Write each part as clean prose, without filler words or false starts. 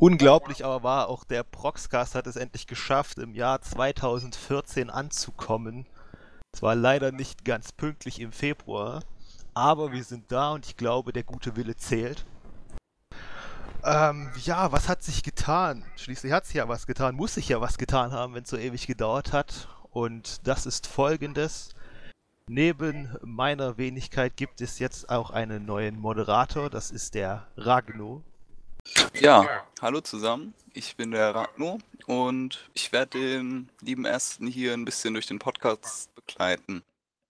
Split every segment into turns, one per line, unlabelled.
Unglaublich aber war, auch der Proxcast hat es endlich geschafft, im Jahr 2014 anzukommen. Es war leider nicht ganz pünktlich im Februar, aber wir sind da und ich glaube, der gute Wille zählt. Ja, was hat sich getan? Schließlich hat sich ja was getan, muss sich ja was getan haben, wenn es so ewig gedauert hat. Und das ist folgendes. Neben meiner Wenigkeit gibt es jetzt auch einen neuen Moderator, das ist der Ragno.
Ja, hallo zusammen. Ich bin der Ragno und ich werde den lieben Ersten hier ein bisschen durch den Podcast begleiten.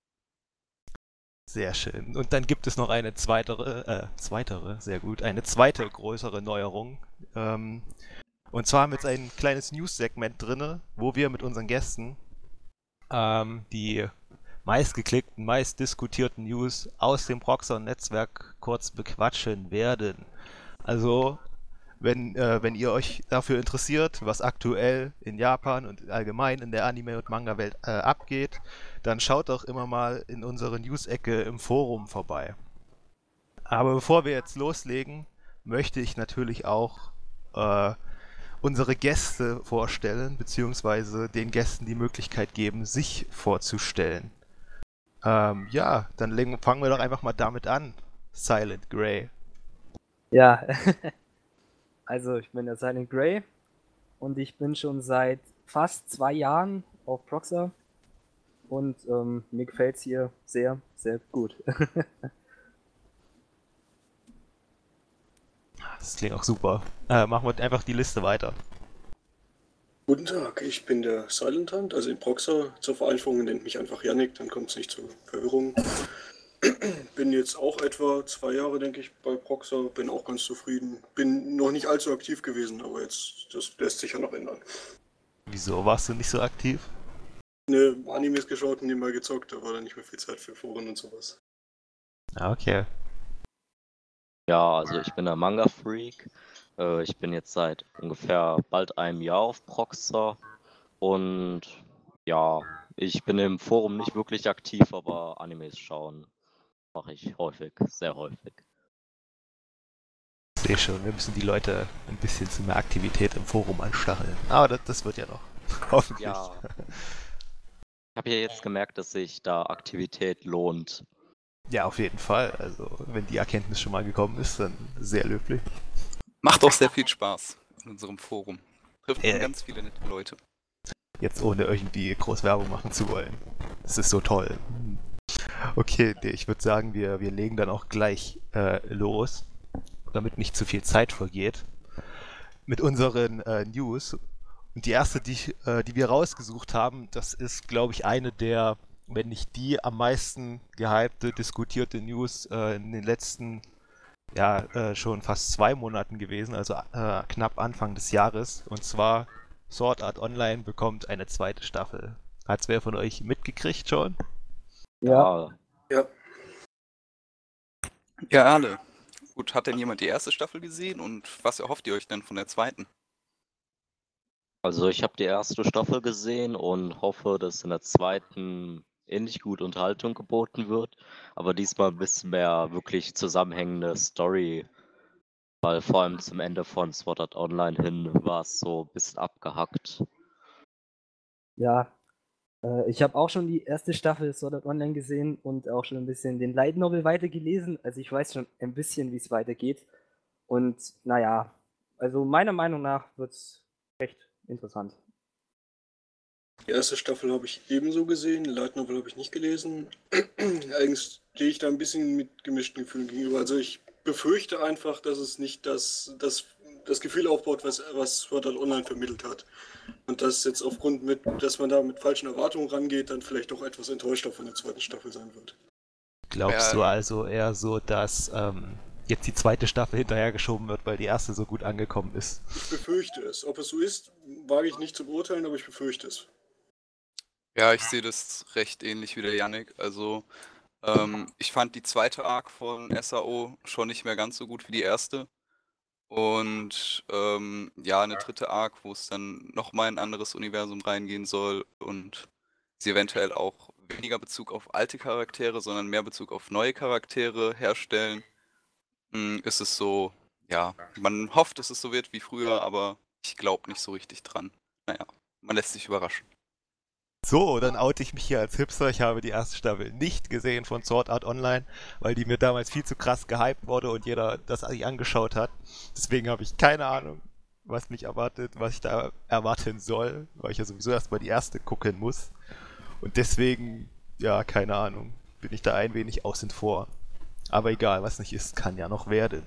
Sehr schön. Und dann gibt es noch eine sehr gut, eine zweite größere Neuerung. Und zwar haben wir jetzt ein kleines News-Segment drinne, wo wir mit unseren Gästen die meistgeklickten, meistdiskutierten News aus dem Proxon-Netzwerk kurz bequatschen werden. Also, wenn ihr euch dafür interessiert, was aktuell in Japan und allgemein in der Anime- und Manga-Welt abgeht, dann schaut doch immer mal in unsere News-Ecke im Forum vorbei. Aber bevor wir jetzt loslegen, möchte ich natürlich auch äh, unsere Gäste vorstellen, beziehungsweise den Gästen die Möglichkeit geben, sich vorzustellen. Ja, dann fangen wir doch einfach mal damit an. Silent Grey.
Ja, also ich bin der Silent Grey und ich bin schon seit fast 2 Jahren auf Proxa und mir gefällt es hier sehr, sehr gut.
Das klingt auch super. Machen wir einfach die Liste weiter.
Guten Tag, ich bin der Silent Hunt, also in Proxa. Zur Vereinfachung nennt mich einfach Yannick, dann kommt es nicht zur Verwirrung. Bin jetzt auch etwa 2 Jahre, denke ich, bei Proxa, bin auch ganz zufrieden. Bin noch nicht allzu aktiv gewesen, aber jetzt, das lässt sich ja noch ändern.
Wieso warst du nicht so aktiv?
Ne, Animes geschaut und nebenbei gezockt, da war dann nicht mehr viel Zeit für Foren und sowas.
Okay.
Ja, also ich bin der Manga-Freak. Ich bin jetzt seit ungefähr bald einem Jahr auf Proxa und ja, ich bin im Forum nicht wirklich aktiv, aber Animes schauen mache ich häufig, sehr häufig.
Ich sehe schon, wir müssen die Leute ein bisschen zu mehr Aktivität im Forum anstacheln. Aber das wird ja noch. Hoffentlich.
Ja, ich habe ja jetzt gemerkt, dass sich da Aktivität lohnt.
Ja, auf jeden Fall. Also, wenn die Erkenntnis schon mal gekommen ist, dann sehr löblich.
Macht auch sehr viel Spaß in unserem Forum. Trifft man ganz viele nette Leute.
Jetzt ohne irgendwie groß Werbung machen zu wollen. Das ist so toll. Okay, ich würde sagen, wir legen dann auch gleich los, damit nicht zu viel Zeit vergeht, mit unseren News. Und die erste, die wir rausgesucht haben, das ist, glaube ich, eine der, wenn nicht die am meisten gehypte, diskutierte News in den letzten, schon fast 2 Monaten gewesen, also knapp Anfang des Jahres. Und zwar Sword Art Online bekommt eine zweite Staffel. Hat's wer von euch mitgekriegt schon?
Ja,
Ja,
Ja, alle. Gut, hat denn jemand die erste Staffel gesehen und was erhofft ihr euch denn von der zweiten?
Also ich habe die erste Staffel gesehen und hoffe, dass in der zweiten ähnlich gut Unterhaltung geboten wird, aber diesmal ein bisschen mehr wirklich zusammenhängende Story, weil vor allem zum Ende von Sword Art Online hin war es so ein bisschen abgehackt.
ja. Ich habe auch schon die erste Staffel Sword Art Online gesehen und auch schon ein bisschen den Light Novel weitergelesen. Also ich weiß schon ein bisschen, wie es weitergeht. Und naja, also meiner Meinung nach wird es recht interessant.
die erste Staffel habe ich ebenso gesehen, Light Novel habe ich nicht gelesen. Eigentlich stehe ich da ein bisschen mit gemischten Gefühlen gegenüber. Also ich befürchte einfach, dass es nicht das Gefühl aufbaut, was Sword Art Online vermittelt hat. Und dass jetzt dass man da mit falschen Erwartungen rangeht, dann vielleicht doch etwas enttäuschter von der zweiten Staffel sein wird.
Glaubst du also eher so, dass jetzt die zweite Staffel hinterhergeschoben wird, weil die erste so gut angekommen ist?
Ich befürchte es. Ob es so ist, wage ich nicht zu beurteilen, aber ich befürchte es.
Ja, ich sehe das recht ähnlich wie der Yannick. Also, ich fand die zweite Arc von SAO schon nicht mehr ganz so gut wie die erste. Und ja, eine dritte Arc, wo es dann nochmal in ein anderes Universum reingehen soll und sie eventuell auch weniger Bezug auf alte Charaktere, sondern mehr Bezug auf neue Charaktere herstellen, ist es so, ja, man hofft, dass es so wird wie früher, aber ich glaube nicht so richtig dran. Naja, man lässt sich überraschen.
So, dann oute ich mich hier als Hipster. Ich habe die erste Staffel nicht gesehen von Sword Art Online, weil die mir damals viel zu krass gehypt wurde und jeder das sich angeschaut hat. Deswegen habe ich keine Ahnung, was mich erwartet, was ich da erwarten soll, weil ich ja sowieso erstmal die erste gucken muss. Und deswegen, ja, keine Ahnung, bin ich da ein wenig außen vor. Aber egal, was nicht ist, kann ja noch werden.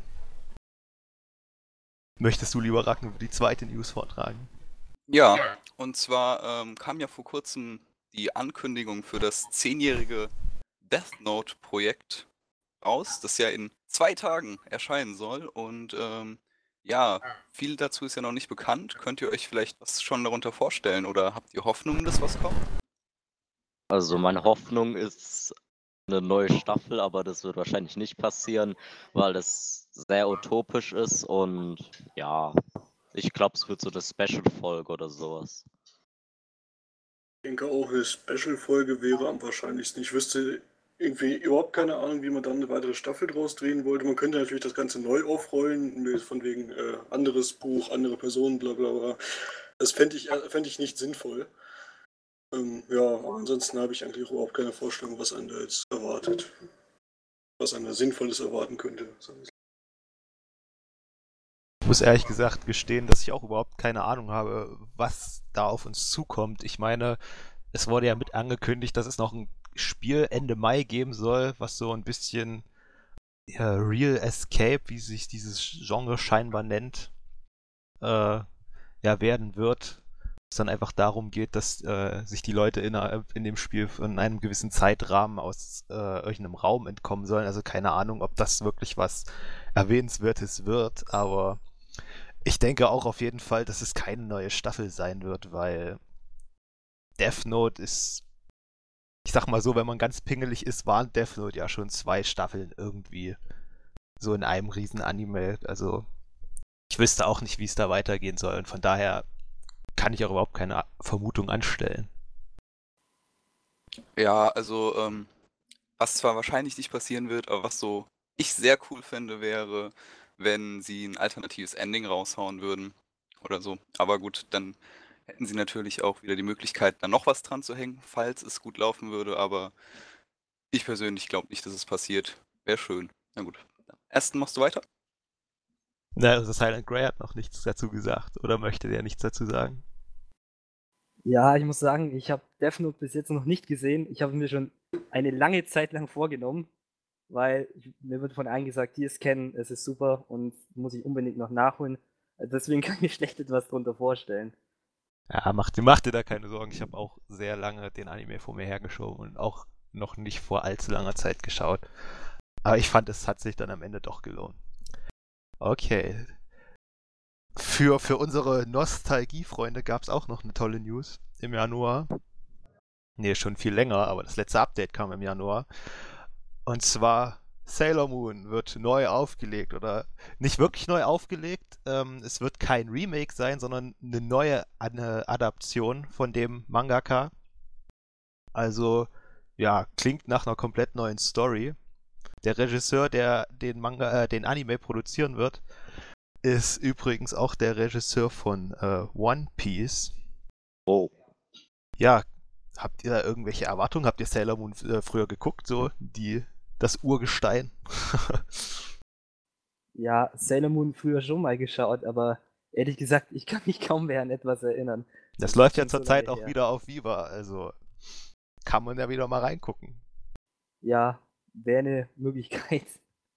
Möchtest du, lieber Racken, die zweite News vortragen?
Ja, und zwar kam ja vor kurzem die Ankündigung für das 10-jährige Death Note-Projekt raus, das ja in 2 Tagen erscheinen soll. Und ja, viel dazu ist ja noch nicht bekannt. Könnt ihr euch vielleicht was schon darunter vorstellen oder habt ihr Hoffnung, dass was kommt?
Also meine Hoffnung ist eine neue Staffel, aber das wird wahrscheinlich nicht passieren, weil das sehr utopisch ist und ja, ich glaube, es wird so eine Special-Folge oder sowas.
Ich denke auch, eine Special-Folge wäre am wahrscheinlichsten. Ich wüsste irgendwie überhaupt keine Ahnung, wie man dann eine weitere Staffel draus drehen wollte. Man könnte natürlich das Ganze neu aufrollen, von wegen anderes Buch, andere Personen, bla bla bla. Das fänd ich nicht sinnvoll. Ja, aber ansonsten habe ich eigentlich überhaupt keine Vorstellung, was einen da jetzt erwartet. Was einen da Sinnvolles erwarten könnte.
Ich muss ehrlich gesagt gestehen, dass ich auch überhaupt keine Ahnung habe, was da auf uns zukommt. Ich meine, es wurde ja mit angekündigt, dass es noch ein Spiel Ende Mai geben soll, was so ein bisschen ja, Real Escape, wie sich dieses Genre scheinbar nennt, ja, werden wird. Es dann einfach darum geht, dass sich die Leute in dem Spiel in einem gewissen Zeitrahmen aus irgendeinem Raum entkommen sollen. Also keine Ahnung, ob das wirklich was Erwähnenswertes wird, aber ich denke auch auf jeden Fall, dass es keine neue Staffel sein wird, weil Death Note ist, ich sag mal so, wenn man ganz pingelig ist, waren Death Note ja schon 2 Staffeln irgendwie so in einem riesen Anime. Also ich wüsste auch nicht, wie es da weitergehen soll und von daher kann ich auch überhaupt keine Vermutung anstellen.
Ja, also was zwar wahrscheinlich nicht passieren wird, aber was so ich sehr cool fände, wäre, wenn sie ein alternatives Ending raushauen würden oder so. Aber gut, dann hätten sie natürlich auch wieder die Möglichkeit, da noch was dran zu hängen, falls es gut laufen würde. Aber ich persönlich glaube nicht, dass es passiert. Wäre schön. Na gut. Aston, machst du weiter?
Na, also Silent Grey hat noch nichts dazu gesagt oder möchte der nichts dazu sagen?
Ja, ich muss sagen, ich habe Death Note bis jetzt noch nicht gesehen. Ich habe mir schon eine lange Zeit lang vorgenommen, weil mir wird von allen gesagt, hier ist Ken, es ist super und muss ich unbedingt noch nachholen. Deswegen kann ich mir schlecht etwas drunter vorstellen.
Ja, mach dir da keine Sorgen. Ich habe auch sehr lange den Anime vor mir hergeschoben und auch noch nicht vor allzu langer Zeit geschaut. Aber ich fand, es hat sich dann am Ende doch gelohnt. Okay. Für unsere Nostalgie-Freunde gab es auch noch eine tolle News im Januar. Nee, schon viel länger, aber das letzte Update kam im Januar. Und zwar Sailor Moon wird neu aufgelegt oder nicht wirklich neu aufgelegt. Es wird kein Remake sein, sondern eine Adaption von dem Mangaka. Also, ja, klingt nach einer komplett neuen Story. Der Regisseur, der den Anime produzieren wird, ist übrigens auch der Regisseur von One Piece.
Oh.
Ja, habt ihr da irgendwelche Erwartungen? Habt ihr Sailor Moon früher geguckt, so das Urgestein?
Ja, Sailor Moon früher schon mal geschaut, aber ehrlich gesagt, ich kann mich kaum mehr an etwas erinnern.
Das läuft ja
schon so
zurzeit
lange
auch
her.
wieder auf Viva, also kann man ja wieder mal reingucken.
Ja, wäre eine Möglichkeit.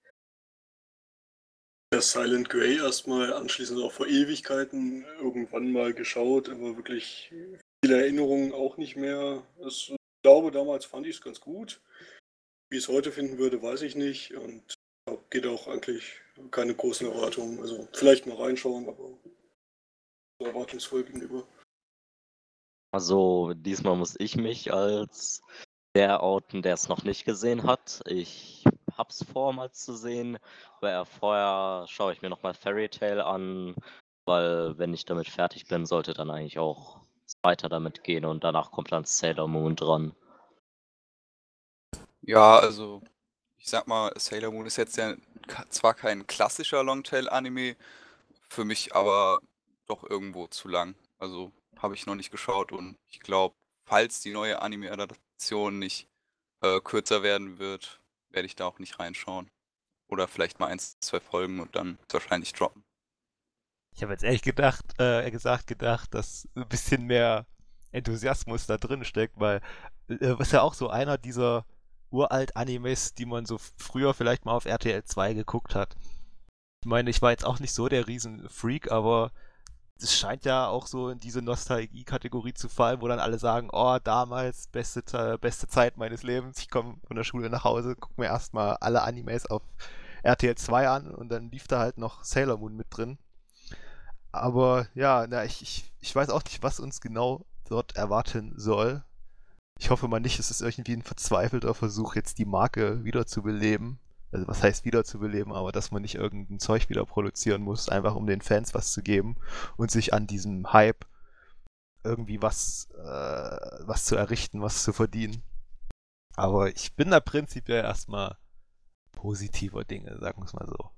Ja, Silent Grey erstmal anschließend auch vor Ewigkeiten irgendwann mal geschaut, aber wirklich viele Erinnerungen auch nicht mehr. Ich glaube, damals fand ich es ganz gut. Wie ich es heute finden würde, weiß ich nicht. Und geht auch eigentlich keine großen Erwartungen. Also vielleicht mal reinschauen, aber so erwartungsvoll gegenüber.
Also diesmal muss ich mich als der outen, der es noch nicht gesehen hat. Ich hab's vor, mal zu sehen, aber vorher schaue ich mir nochmal Fairy Tail an, weil wenn ich damit fertig bin, sollte dann eigentlich auch weiter damit gehen und danach kommt dann Sailor Moon dran.
Ja, also ich sag mal, Sailor Moon ist jetzt ja zwar kein klassischer Longtail-Anime, für mich aber doch irgendwo zu lang. Also habe ich noch nicht geschaut und ich glaube, falls die neue Anime-Adaption nicht kürzer werden wird, werde ich da auch nicht reinschauen. Oder vielleicht mal 1, 2 Folgen und dann wahrscheinlich droppen.
Ich habe jetzt ehrlich gedacht, dass ein bisschen mehr Enthusiasmus da drin steckt, weil ist ja auch so einer dieser Uralt-Animes, die man so früher vielleicht mal auf RTL 2 geguckt hat. Ich meine, ich war jetzt auch nicht so der Riesen-Freak, aber es scheint ja auch so in diese Nostalgie-Kategorie zu fallen, wo dann alle sagen, oh, damals, beste Zeit meines Lebens, ich komme von der Schule nach Hause, gucke mir erstmal alle Animes auf RTL 2 an und dann lief da halt noch Sailor Moon mit drin. Aber ja, ich weiß auch nicht, was uns genau dort erwarten soll. Ich hoffe mal nicht, es ist irgendwie ein verzweifelter Versuch, jetzt die Marke wiederzubeleben. Also was heißt wiederzubeleben, aber dass man nicht irgendein Zeug wieder produzieren muss, einfach um den Fans was zu geben und sich an diesem Hype irgendwie was zu errichten, was zu verdienen. Aber ich bin da prinzipiell erstmal positiver Dinge, sagen wir es mal so.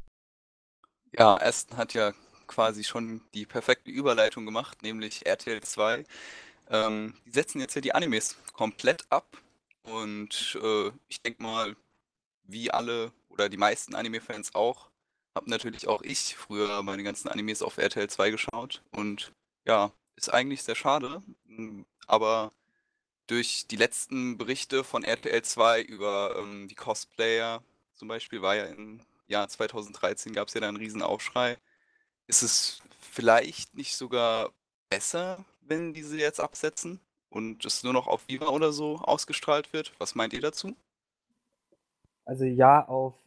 Ja, Aston hat ja quasi schon die perfekte Überleitung gemacht, nämlich RTL 2. Die setzen jetzt ja die Animes komplett ab und ich denke mal, wie alle oder die meisten Anime-Fans auch, habe natürlich auch ich früher meine ganzen Animes auf RTL 2 geschaut und ja, ist eigentlich sehr schade, aber durch die letzten Berichte von RTL 2 über die Cosplayer zum Beispiel, war ja im Jahr 2013, gab es ja da einen riesen Aufschrei. Ist es vielleicht nicht sogar besser, wenn diese jetzt absetzen und es nur noch auf Viva oder so ausgestrahlt wird? Was meint ihr dazu?
Also ja,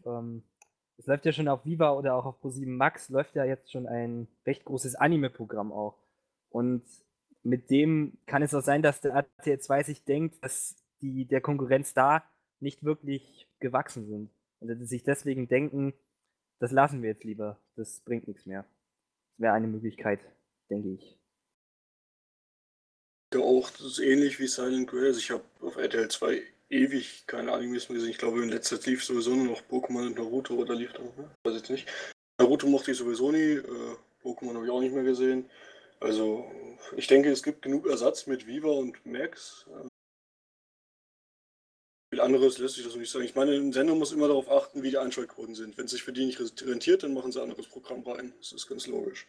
es läuft ja schon auf Viva oder auch auf ProSieben Max, läuft ja jetzt schon ein recht großes Anime-Programm auch. Und mit dem kann es auch sein, dass der RTL 2 sich denkt, dass die der Konkurrenz da nicht wirklich gewachsen sind. Und dass sie sich deswegen denken, das lassen wir jetzt lieber, das bringt nichts mehr. Das wäre eine Möglichkeit, denke ich.
Ja, auch das ist ähnlich wie Silent Grey. Also ich habe auf RTL 2 ewig keine Animes mehr gesehen. Ich glaube, in letzter Zeit lief sowieso nur noch Pokémon und Naruto oder lief da noch, ne? Weiß jetzt nicht. Naruto mochte ich sowieso nie. Pokémon habe ich auch nicht mehr gesehen. Also ich denke, es gibt genug Ersatz mit Viva und Max. Viel anderes lässt sich das noch nicht sagen. Ich meine, ein Sender muss immer darauf achten, wie die Einschaltquoten sind. Wenn es sich für die nicht rentiert, dann machen sie ein anderes Programm rein. Das ist ganz logisch.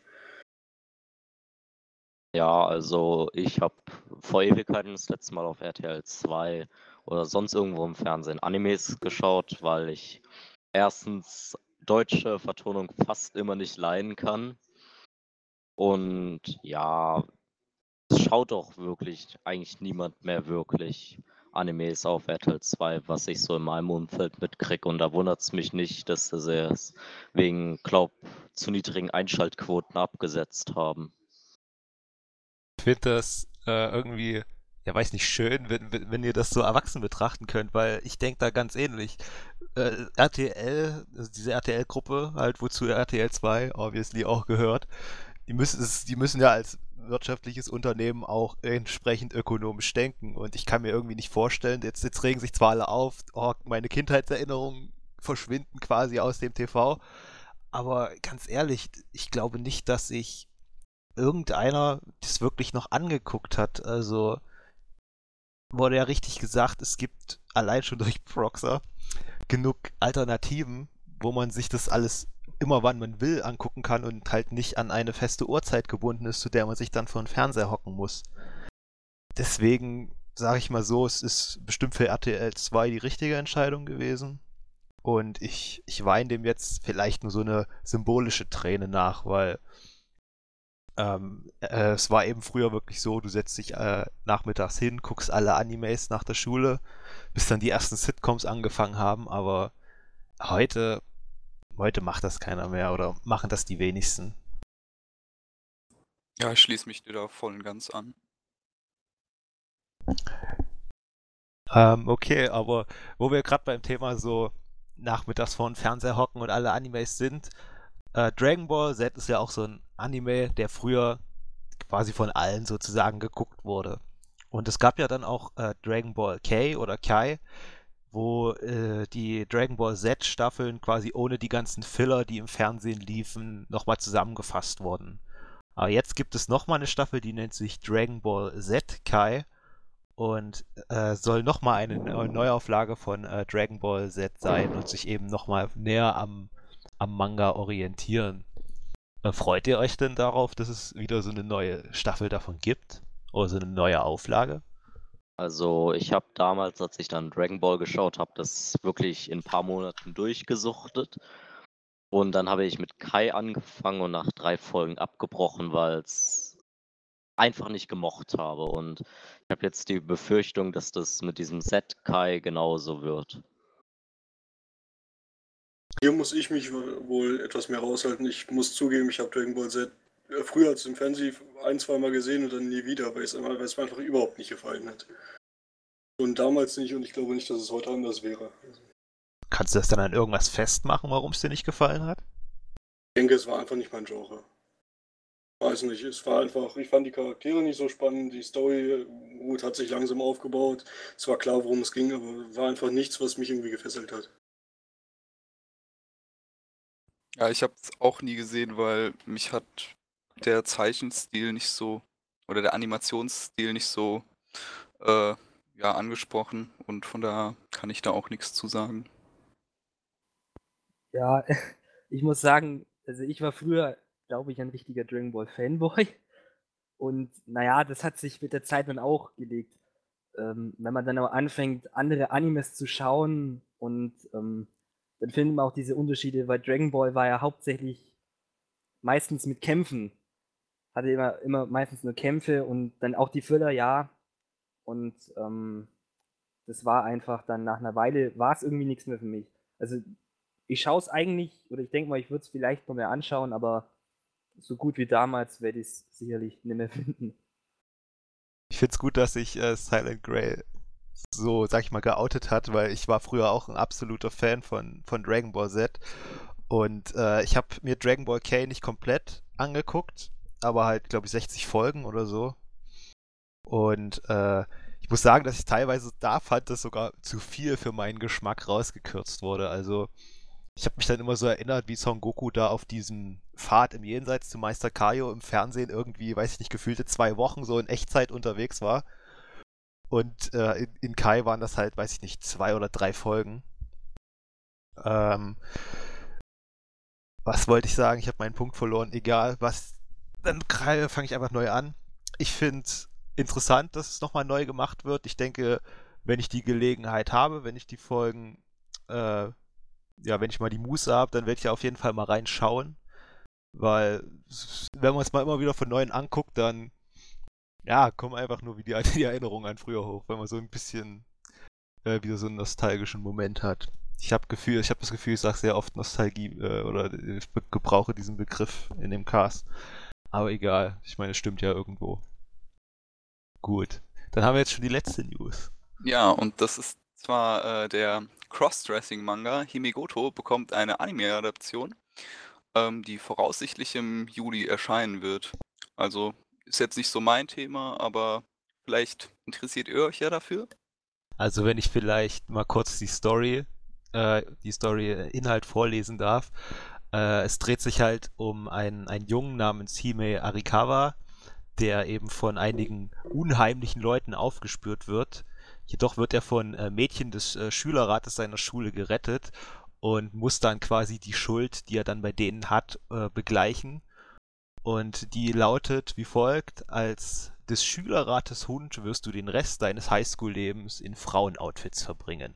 Ja, also ich habe vor Ewigkeiten das letzte Mal auf RTL 2 oder sonst irgendwo im Fernsehen Animes geschaut, weil ich erstens deutsche Vertonung fast immer nicht leiden kann. Und ja, es schaut doch wirklich eigentlich niemand mehr wirklich Animes auf RTL 2, was ich so in meinem Umfeld mitkriege. Und da wundert es mich nicht, dass sie es wegen, zu niedrigen Einschaltquoten abgesetzt haben.
Ich finde das irgendwie, ja weiß nicht, schön, wenn ihr das so erwachsen betrachten könnt, weil ich denke da ganz ähnlich. RTL, also diese RTL-Gruppe, halt wozu RTL 2 obviously auch gehört, die müssen ja als wirtschaftliches Unternehmen auch entsprechend ökonomisch denken. Und ich kann mir irgendwie nicht vorstellen, jetzt regen sich zwar alle auf, oh, meine Kindheitserinnerungen verschwinden quasi aus dem TV, aber ganz ehrlich, ich glaube nicht, dass sich irgendeiner das wirklich noch angeguckt hat. Also wurde ja richtig gesagt, es gibt allein schon durch Proxer genug Alternativen, wo man sich das alles immer wann man will angucken kann und halt nicht an eine feste Uhrzeit gebunden ist, zu der man sich dann vor den Fernseher hocken muss. Deswegen sage ich mal so, es ist bestimmt für RTL 2 die richtige Entscheidung gewesen. Und ich weine dem jetzt vielleicht nur so eine symbolische Träne nach, weil es war eben früher wirklich so, du setzt dich nachmittags hin, guckst alle Animes nach der Schule, bis dann die ersten Sitcoms angefangen haben, aber heute macht das keiner mehr oder machen das die wenigsten.
Ja, ich schließe mich dir da voll und ganz an.
Okay, aber wo wir gerade beim Thema so nachmittags vor dem Fernseher hocken und alle Animes sind, Dragon Ball Z ist ja auch so ein Anime, der früher quasi von allen sozusagen geguckt wurde. Und es gab ja dann auch Dragon Ball K oder Kai, wo die Dragon Ball Z Staffeln quasi ohne die ganzen Filler, die im Fernsehen liefen, nochmal zusammengefasst wurden. Aber jetzt gibt es nochmal eine Staffel, die nennt sich Dragon Ball Z Kai und soll nochmal eine Neuauflage von Dragon Ball Z sein und sich eben nochmal näher am Manga orientieren. Freut ihr euch denn darauf, dass es wieder so eine neue Staffel davon gibt? Oder so eine neue Auflage?
Also ich habe damals, als ich dann Dragon Ball geschaut habe, das wirklich in ein paar Monaten durchgesuchtet. Und dann habe ich mit Kai angefangen und nach 3 Folgen abgebrochen, weil es einfach nicht gemocht habe. Und ich habe jetzt die Befürchtung, dass das mit diesem Z-Kai genauso wird.
Hier muss ich mich wohl etwas mehr raushalten. Ich muss zugeben, ich habe Dragon Ball Z früher als im Fernsehen 1-2 Mal gesehen und dann nie wieder, weil es mir einfach überhaupt nicht gefallen hat. Und damals nicht und ich glaube nicht, dass es heute anders wäre.
Kannst du das dann an irgendwas festmachen, warum es dir nicht gefallen hat?
Ich denke, es war einfach nicht mein Genre. Weiß nicht, es war einfach, ich fand die Charaktere nicht so spannend, die Story, gut, hat sich langsam aufgebaut. Es war klar, worum es ging, aber war einfach nichts, was mich irgendwie gefesselt hat.
Ja, ich habe es auch nie gesehen, weil mich hat der Zeichenstil nicht so oder der Animationsstil nicht so angesprochen und von daher kann ich da auch nichts zu sagen.
Ja, ich muss sagen, also ich war früher, glaube ich, ein richtiger Dragon Ball Fanboy. Und naja, das hat sich mit der Zeit dann auch gelegt. Wenn man dann aber anfängt, andere Animes zu schauen und dann findet man auch diese Unterschiede, weil Dragon Ball war ja hauptsächlich meistens mit Kämpfen. Hatte immer meistens nur Kämpfe und dann auch die Filler, ja. Und das war einfach dann nach einer Weile, war es irgendwie nichts mehr für mich. Also ich schaue es eigentlich, oder ich denke mal, ich würde es vielleicht noch mehr anschauen, aber so gut wie damals werde ich es sicherlich nicht mehr finden.
Ich finde es gut, dass sich Silent Grey so, sag ich mal, geoutet hat, weil ich war früher auch ein absoluter Fan von Dragon Ball Z. Und ich habe mir Dragon Ball K nicht komplett angeguckt, aber halt, glaube ich, 60 Folgen oder so. Und ich muss sagen, dass ich teilweise da fand, dass sogar zu viel für meinen Geschmack rausgekürzt wurde. Also ich habe mich dann immer so erinnert, wie Son Goku da auf diesem Pfad im Jenseits zu Meister Kaio im Fernsehen irgendwie, weiß ich nicht, gefühlte 2 Wochen so in Echtzeit unterwegs war. Und in Kai waren das halt, weiß ich nicht, 2 oder 3 Folgen. Was wollte ich sagen? Ich habe meinen Punkt verloren. Egal, was. Dann fange ich einfach neu an. Ich finde interessant, dass es nochmal neu gemacht wird. Ich denke, wenn ich die Gelegenheit habe, wenn ich die Folgen, wenn ich mal die Muße habe, dann werde ich auf jeden Fall mal reinschauen. Weil, wenn man es mal immer wieder von Neuem anguckt, dann kommen einfach nur wieder die Erinnerungen an früher hoch, wenn man so ein bisschen wieder so einen nostalgischen Moment hat. Ich habe das Gefühl, ich sage sehr oft Nostalgie oder ich gebrauche diesen Begriff in dem Cast. Aber egal, ich meine, es stimmt ja irgendwo. Gut, dann haben wir jetzt schon die letzte News.
Ja, und das ist zwar der Crossdressing-Manga Himigoto bekommt eine Anime-Adaption, die voraussichtlich im Juli erscheinen wird. Also ist jetzt nicht so mein Thema, aber vielleicht interessiert ihr euch ja dafür.
Also wenn ich vielleicht mal kurz die Story Inhalt vorlesen darf. Es dreht sich halt um einen Jungen namens Hime Arikawa, der eben von einigen unheimlichen Leuten aufgespürt wird. Jedoch wird er von Mädchen des Schülerrates seiner Schule gerettet und muss dann quasi die Schuld, die er dann bei denen hat, begleichen. Und die lautet wie folgt: Als des Schülerrates Hund wirst du den Rest deines Highschool-Lebens in Frauenoutfits verbringen.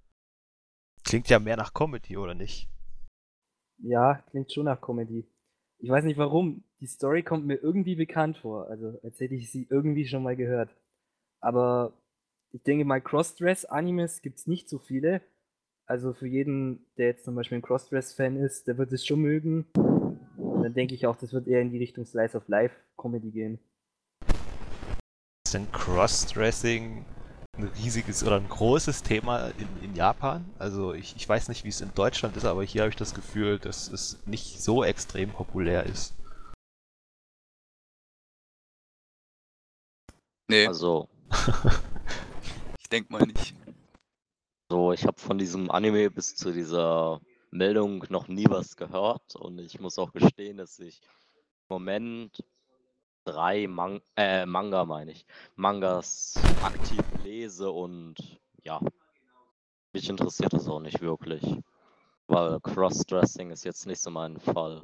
Klingt ja mehr nach Comedy, oder nicht?
Ja, klingt schon nach Comedy. Ich weiß nicht warum. Die Story kommt mir irgendwie bekannt vor. Also, als hätte ich sie irgendwie schon mal gehört. Aber ich denke mal, Crossdress-Animes gibt es nicht so viele. Also für jeden, der jetzt zum Beispiel ein Crossdress-Fan ist, der wird es schon mögen. Und dann denke ich auch, das wird eher in die Richtung Slice of Life Comedy gehen.
Ist denn Crossdressing ein riesiges oder ein großes Thema in Japan? Also ich weiß nicht, wie es in Deutschland ist, aber hier habe ich das Gefühl, dass es nicht so extrem populär ist.
Nee,
Also,
ich denke mal nicht.
So, ich habe von diesem Anime bis zu dieser Meldung noch nie was gehört und ich muss auch gestehen, dass ich im Moment 3 Manga meine ich, Mangas aktiv lese und ja, mich interessiert das auch nicht wirklich, weil Crossdressing ist jetzt nicht so mein Fall.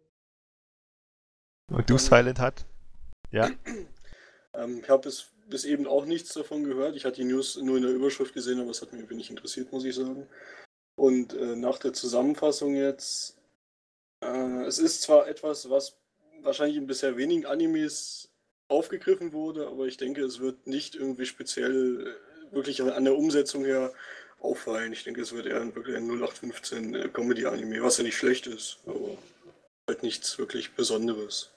Und du, Silent Hat? Ja.
Ich habe bis eben auch nichts davon gehört. Ich hatte die News nur in der Überschrift gesehen, aber es hat mich irgendwie nicht interessiert, muss ich sagen. Und nach der Zusammenfassung jetzt, es ist zwar etwas, was wahrscheinlich in bisher wenigen Animes aufgegriffen wurde, aber ich denke, es wird nicht irgendwie speziell wirklich an der Umsetzung her auffallen. Ich denke, es wird eher wirklich ein 0815 Comedy-Anime, was ja nicht schlecht ist, aber halt nichts wirklich Besonderes.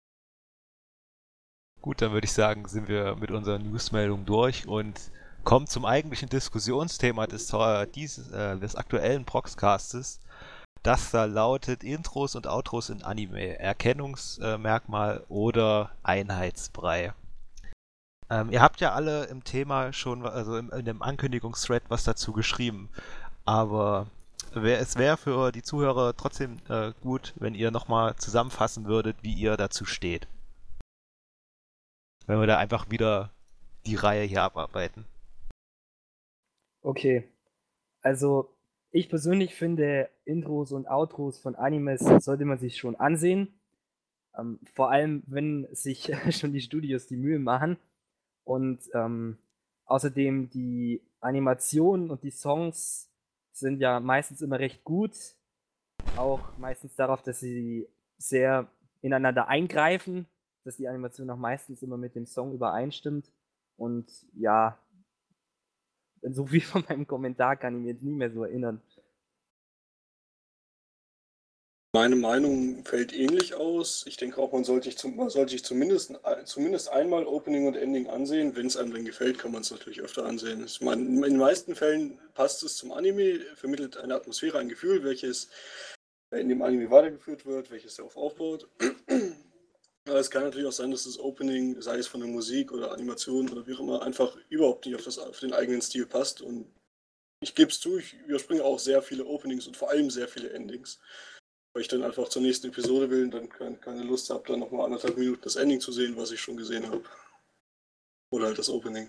Gut, dann würde ich sagen, sind wir mit unserer Newsmeldung durch und kommen zum eigentlichen Diskussionsthema des aktuellen Proxcastes. Das da lautet Intros und Outros in Anime, Erkennungsmerkmal oder Einheitsbrei. Ihr habt ja alle im Thema schon, also in dem Ankündigungsthread was dazu geschrieben, aber es wäre für die Zuhörer trotzdem gut, wenn ihr nochmal zusammenfassen würdet, wie ihr dazu steht. Wenn wir da einfach wieder die Reihe hier abarbeiten.
Okay, also ich persönlich finde, Intros und Outros von Animes sollte man sich schon ansehen. Vor allem, wenn sich schon die Studios die Mühe machen. Und außerdem die Animationen und die Songs sind ja meistens immer recht gut. Auch meistens darauf, dass sie sehr ineinander eingreifen, dass die Animation auch meistens immer mit dem Song übereinstimmt. Und ja, so viel von meinem Kommentar kann ich mir jetzt nie mehr so erinnern.
Meine Meinung fällt ähnlich aus. Ich denke auch, man sollte sich zumindest einmal Opening und Ending ansehen. Wenn es einem dann gefällt, kann man es natürlich öfter ansehen. Ich meine, in den meisten Fällen passt es zum Anime, vermittelt eine Atmosphäre, ein Gefühl, welches in dem Anime weitergeführt wird, welches darauf aufbaut. Aber es kann natürlich auch sein, dass das Opening, sei es von der Musik oder Animation oder wie auch immer, einfach überhaupt nicht auf den eigenen Stil passt. Und ich gebe es zu, ich überspringe auch sehr viele Openings und vor allem sehr viele Endings. Weil ich dann einfach zur nächsten Episode will und dann keine Lust habe, dann nochmal 1,5 Minuten das Ending zu sehen, was ich schon gesehen habe. Oder halt das Opening.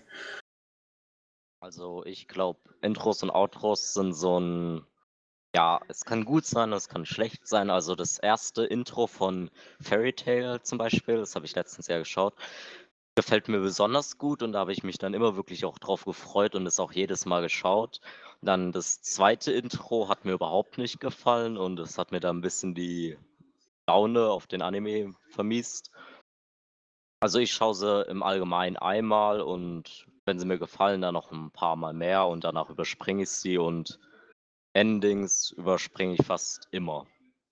Also ich glaube, Intros und Outros sind so ein, ja, es kann gut sein, es kann schlecht sein. Also das erste Intro von Fairy Tail zum Beispiel, das habe ich letztens ja geschaut, gefällt mir besonders gut und da habe ich mich dann immer wirklich auch drauf gefreut und es auch jedes Mal geschaut. Dann das zweite Intro hat mir überhaupt nicht gefallen und es hat mir da ein bisschen die Laune auf den Anime vermiest. Also ich schaue sie im Allgemeinen einmal und wenn sie mir gefallen, dann noch ein paar Mal mehr und danach überspringe ich sie und Endings überspringe ich fast immer.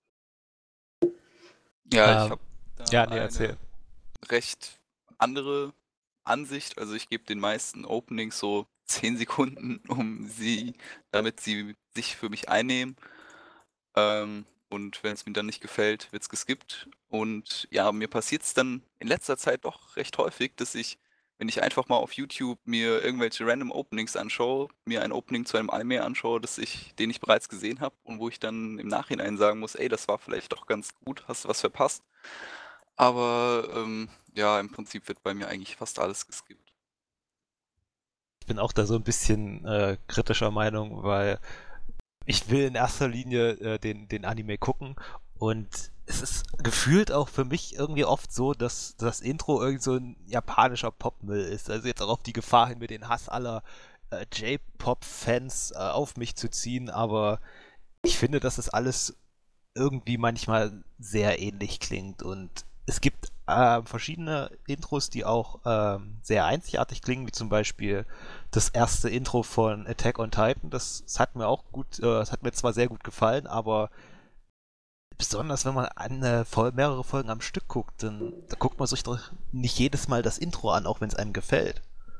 Ja, ich habe
Ja,
da
nee, erzähl.
eine recht andere Ansicht. Also ich gebe den meisten Openings so 10 Sekunden, damit sie sich für mich einnehmen. Und wenn es mir dann nicht gefällt, wird es geskippt. Und ja, mir passiert es dann in letzter Zeit doch recht häufig, dass ich, wenn ich einfach mal auf YouTube mir irgendwelche random Openings anschaue, mir ein Opening zu einem Anime anschaue, den ich bereits gesehen habe und wo ich dann im Nachhinein sagen muss, ey, das war vielleicht doch ganz gut, hast du was verpasst. Aber ja, im Prinzip wird bei mir eigentlich fast alles geskippt.
Ich bin auch da so ein bisschen kritischer Meinung, weil ich will in erster Linie den Anime gucken und es ist gefühlt auch für mich irgendwie oft so, dass das Intro irgend so ein japanischer Popmüll ist. Also jetzt auch auf die Gefahr hin, mir den Hass aller J-Pop-Fans auf mich zu ziehen, aber ich finde, dass das alles irgendwie manchmal sehr ähnlich klingt und es gibt verschiedene Intros, die auch sehr einzigartig klingen, wie zum Beispiel das erste Intro von Attack on Titan. Das hat mir auch das hat mir zwar sehr gut gefallen, aber besonders wenn man mehrere Folgen am Stück guckt, dann da guckt man sich doch nicht jedes Mal das Intro an, auch wenn es einem gefällt.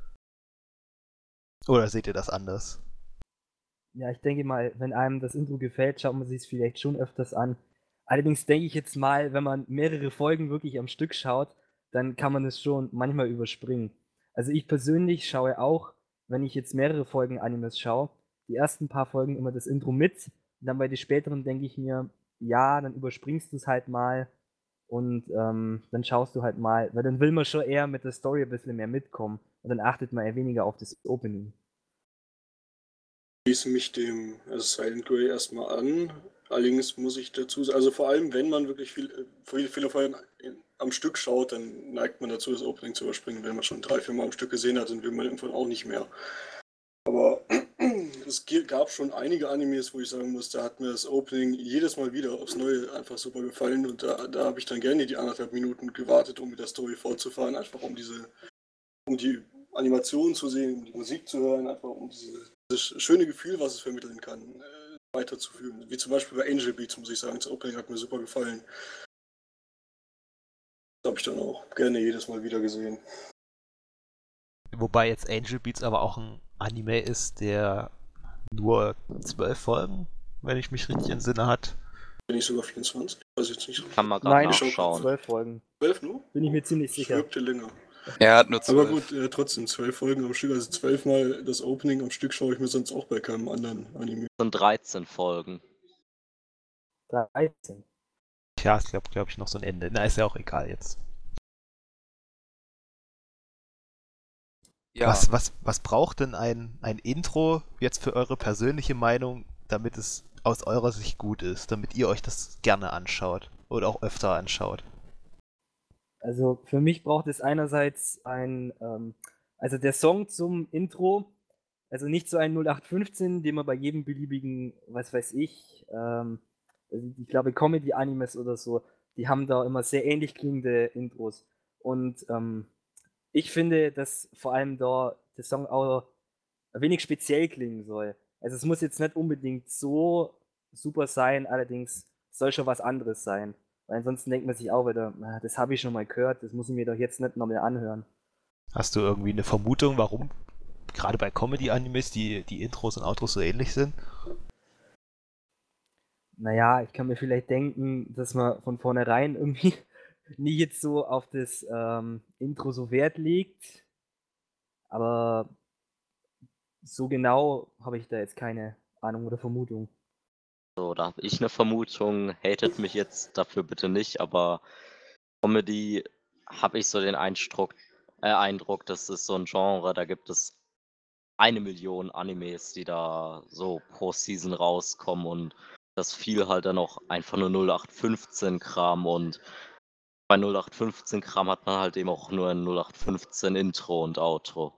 Oder seht ihr das anders?
Ja, ich denke mal, wenn einem das Intro gefällt, schaut man sich es vielleicht schon öfters an. Allerdings denke ich jetzt mal, wenn man mehrere Folgen wirklich am Stück schaut, dann kann man es schon manchmal überspringen. Also ich persönlich schaue auch, wenn ich jetzt mehrere Folgen Animes schaue, die ersten paar Folgen immer das Intro mit. Und dann bei den späteren denke ich mir, ja, dann überspringst du es halt mal und dann schaust du halt mal, weil dann will man schon eher mit der Story ein bisschen mehr mitkommen und dann achtet man eher weniger auf das Opening.
Ich schließe mich dem Silent Grey erstmal an. Allerdings muss ich dazu sagen, also vor allem, wenn man wirklich viele Folgen am Stück schaut, dann neigt man dazu, das Opening zu überspringen. Wenn man schon 3-4 Mal am Stück gesehen hat, dann will man irgendwann auch nicht mehr. Aber es gab schon einige Animes, wo ich sagen muss, da hat mir das Opening jedes Mal wieder aufs Neue einfach super gefallen und da habe ich dann gerne die 1,5 Minuten gewartet, um mit der Story fortzufahren, einfach um die Animation zu sehen, um die Musik zu hören, einfach um dieses schöne Gefühl, was es vermitteln kann, weiterzuführen. Wie zum Beispiel bei Angel Beats, muss ich sagen, das Opening hat mir super gefallen. Das habe ich dann auch gerne jedes Mal wieder gesehen.
Wobei jetzt Angel Beats aber auch ein Anime ist, der nur 12 Folgen, wenn ich mich richtig entsinne, hat.
Bin ich sogar 24? Weiß ich jetzt nicht so.
Kann man gerade
Nein,
nachschauen.
12 Folgen.
12 nur?
Bin ich mir ziemlich sicher.
Schwebte länger.
Er hat nur 12.
Aber gut, trotzdem 12 Folgen am Stück, also 12 Mal das Opening am Stück schaue ich mir sonst auch bei keinem anderen Anime.
Das sind 13 Folgen.
13.
Tja, es gab, glaube ich, noch so ein Ende. Na, ist ja auch egal jetzt.
Ja,
Was braucht denn ein Intro jetzt für eure persönliche Meinung, damit es aus eurer Sicht gut ist, damit ihr euch das gerne anschaut oder auch öfter anschaut?
Also für mich braucht es einerseits also der Song zum Intro, also nicht so ein 0815, den man bei jedem beliebigen, was weiß ich, ich glaube Comedy-Animes oder so, die haben da immer sehr ähnlich klingende Intros. Und ich finde, dass vor allem da der Song auch ein wenig speziell klingen soll. Also es muss jetzt nicht unbedingt so super sein, allerdings soll schon was anderes sein. Weil ansonsten denkt man sich auch wieder, das habe ich schon mal gehört, das muss ich mir doch jetzt nicht nochmal anhören.
Hast du irgendwie eine Vermutung, warum gerade bei Comedy-Animes die Intros und Outros so ähnlich sind?
Naja, ich kann mir vielleicht denken, dass man von vornherein irgendwie nie jetzt so auf das Intro so Wert legt. Aber so genau habe ich da jetzt keine Ahnung oder Vermutung.
So, da habe ich eine Vermutung. Hatet mich jetzt dafür bitte nicht, aber Comedy habe ich so den Eindruck, das ist so ein Genre, da gibt es 1 Million Animes, die da so pro Season rauskommen und das viel halt dann auch einfach nur 0815-Kram und bei 0815-Kram hat man halt eben auch nur ein 0815 Intro und Outro.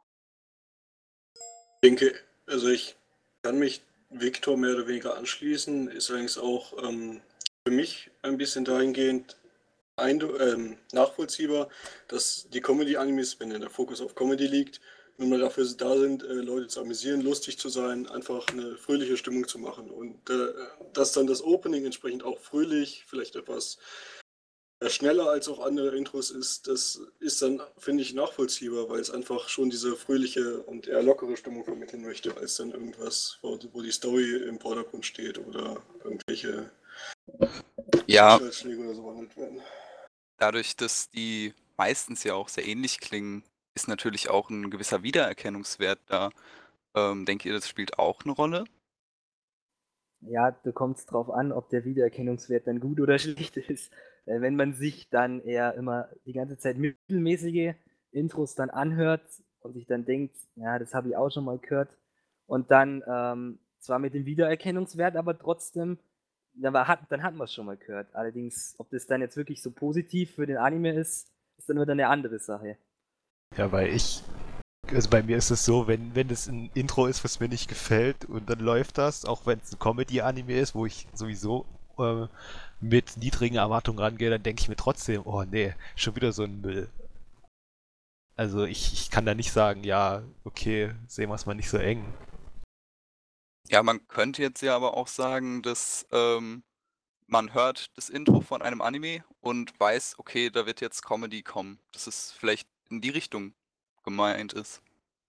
Ich denke, also ich kann mich Victor mehr oder weniger anschließen, ist allerdings auch für mich ein bisschen dahingehend nachvollziehbar, dass die Comedy-Animes, wenn der Fokus auf Comedy liegt, nun mal dafür da sind, Leute zu amüsieren, lustig zu sein, einfach eine fröhliche Stimmung zu machen. Und dass dann das Opening entsprechend auch fröhlich, vielleicht etwas schneller als auch andere Intros ist, das ist dann, finde ich, nachvollziehbar, weil es einfach schon diese fröhliche und eher lockere Stimmung vermitteln möchte, als dann irgendwas, wo die Story im Vordergrund steht oder irgendwelche
ja,
Schicksalsschläge oder so behandelt werden.
dadurch, dass die meistens ja auch sehr ähnlich klingen, ist natürlich auch ein gewisser Wiedererkennungswert da. Denkt ihr, das spielt auch eine Rolle?
Ja, da kommt es drauf an, ob der Wiedererkennungswert dann gut oder schlecht ist. Wenn man sich dann eher immer die ganze Zeit mittelmäßige Intros dann anhört und sich dann denkt, ja, das habe ich auch schon mal gehört, und dann zwar mit dem Wiedererkennungswert, aber trotzdem, dann hat man es schon mal gehört. Allerdings, ob das dann jetzt wirklich so positiv für den Anime ist dann wieder eine andere Sache.
Ja, also bei mir ist es so, wenn es ein Intro ist, was mir nicht gefällt und dann läuft das, auch wenn es ein Comedy-Anime ist, wo ich sowieso mit niedrigen Erwartungen rangehe, dann denke ich mir trotzdem, oh nee, schon wieder so ein Müll. Also ich kann da nicht sagen, ja, okay, sehen wir es mal nicht so eng.
Ja, man könnte jetzt ja aber auch sagen, dass man hört das Intro von einem Anime und weiß, okay, da wird jetzt Comedy kommen. Dass es vielleicht in die Richtung gemeint ist.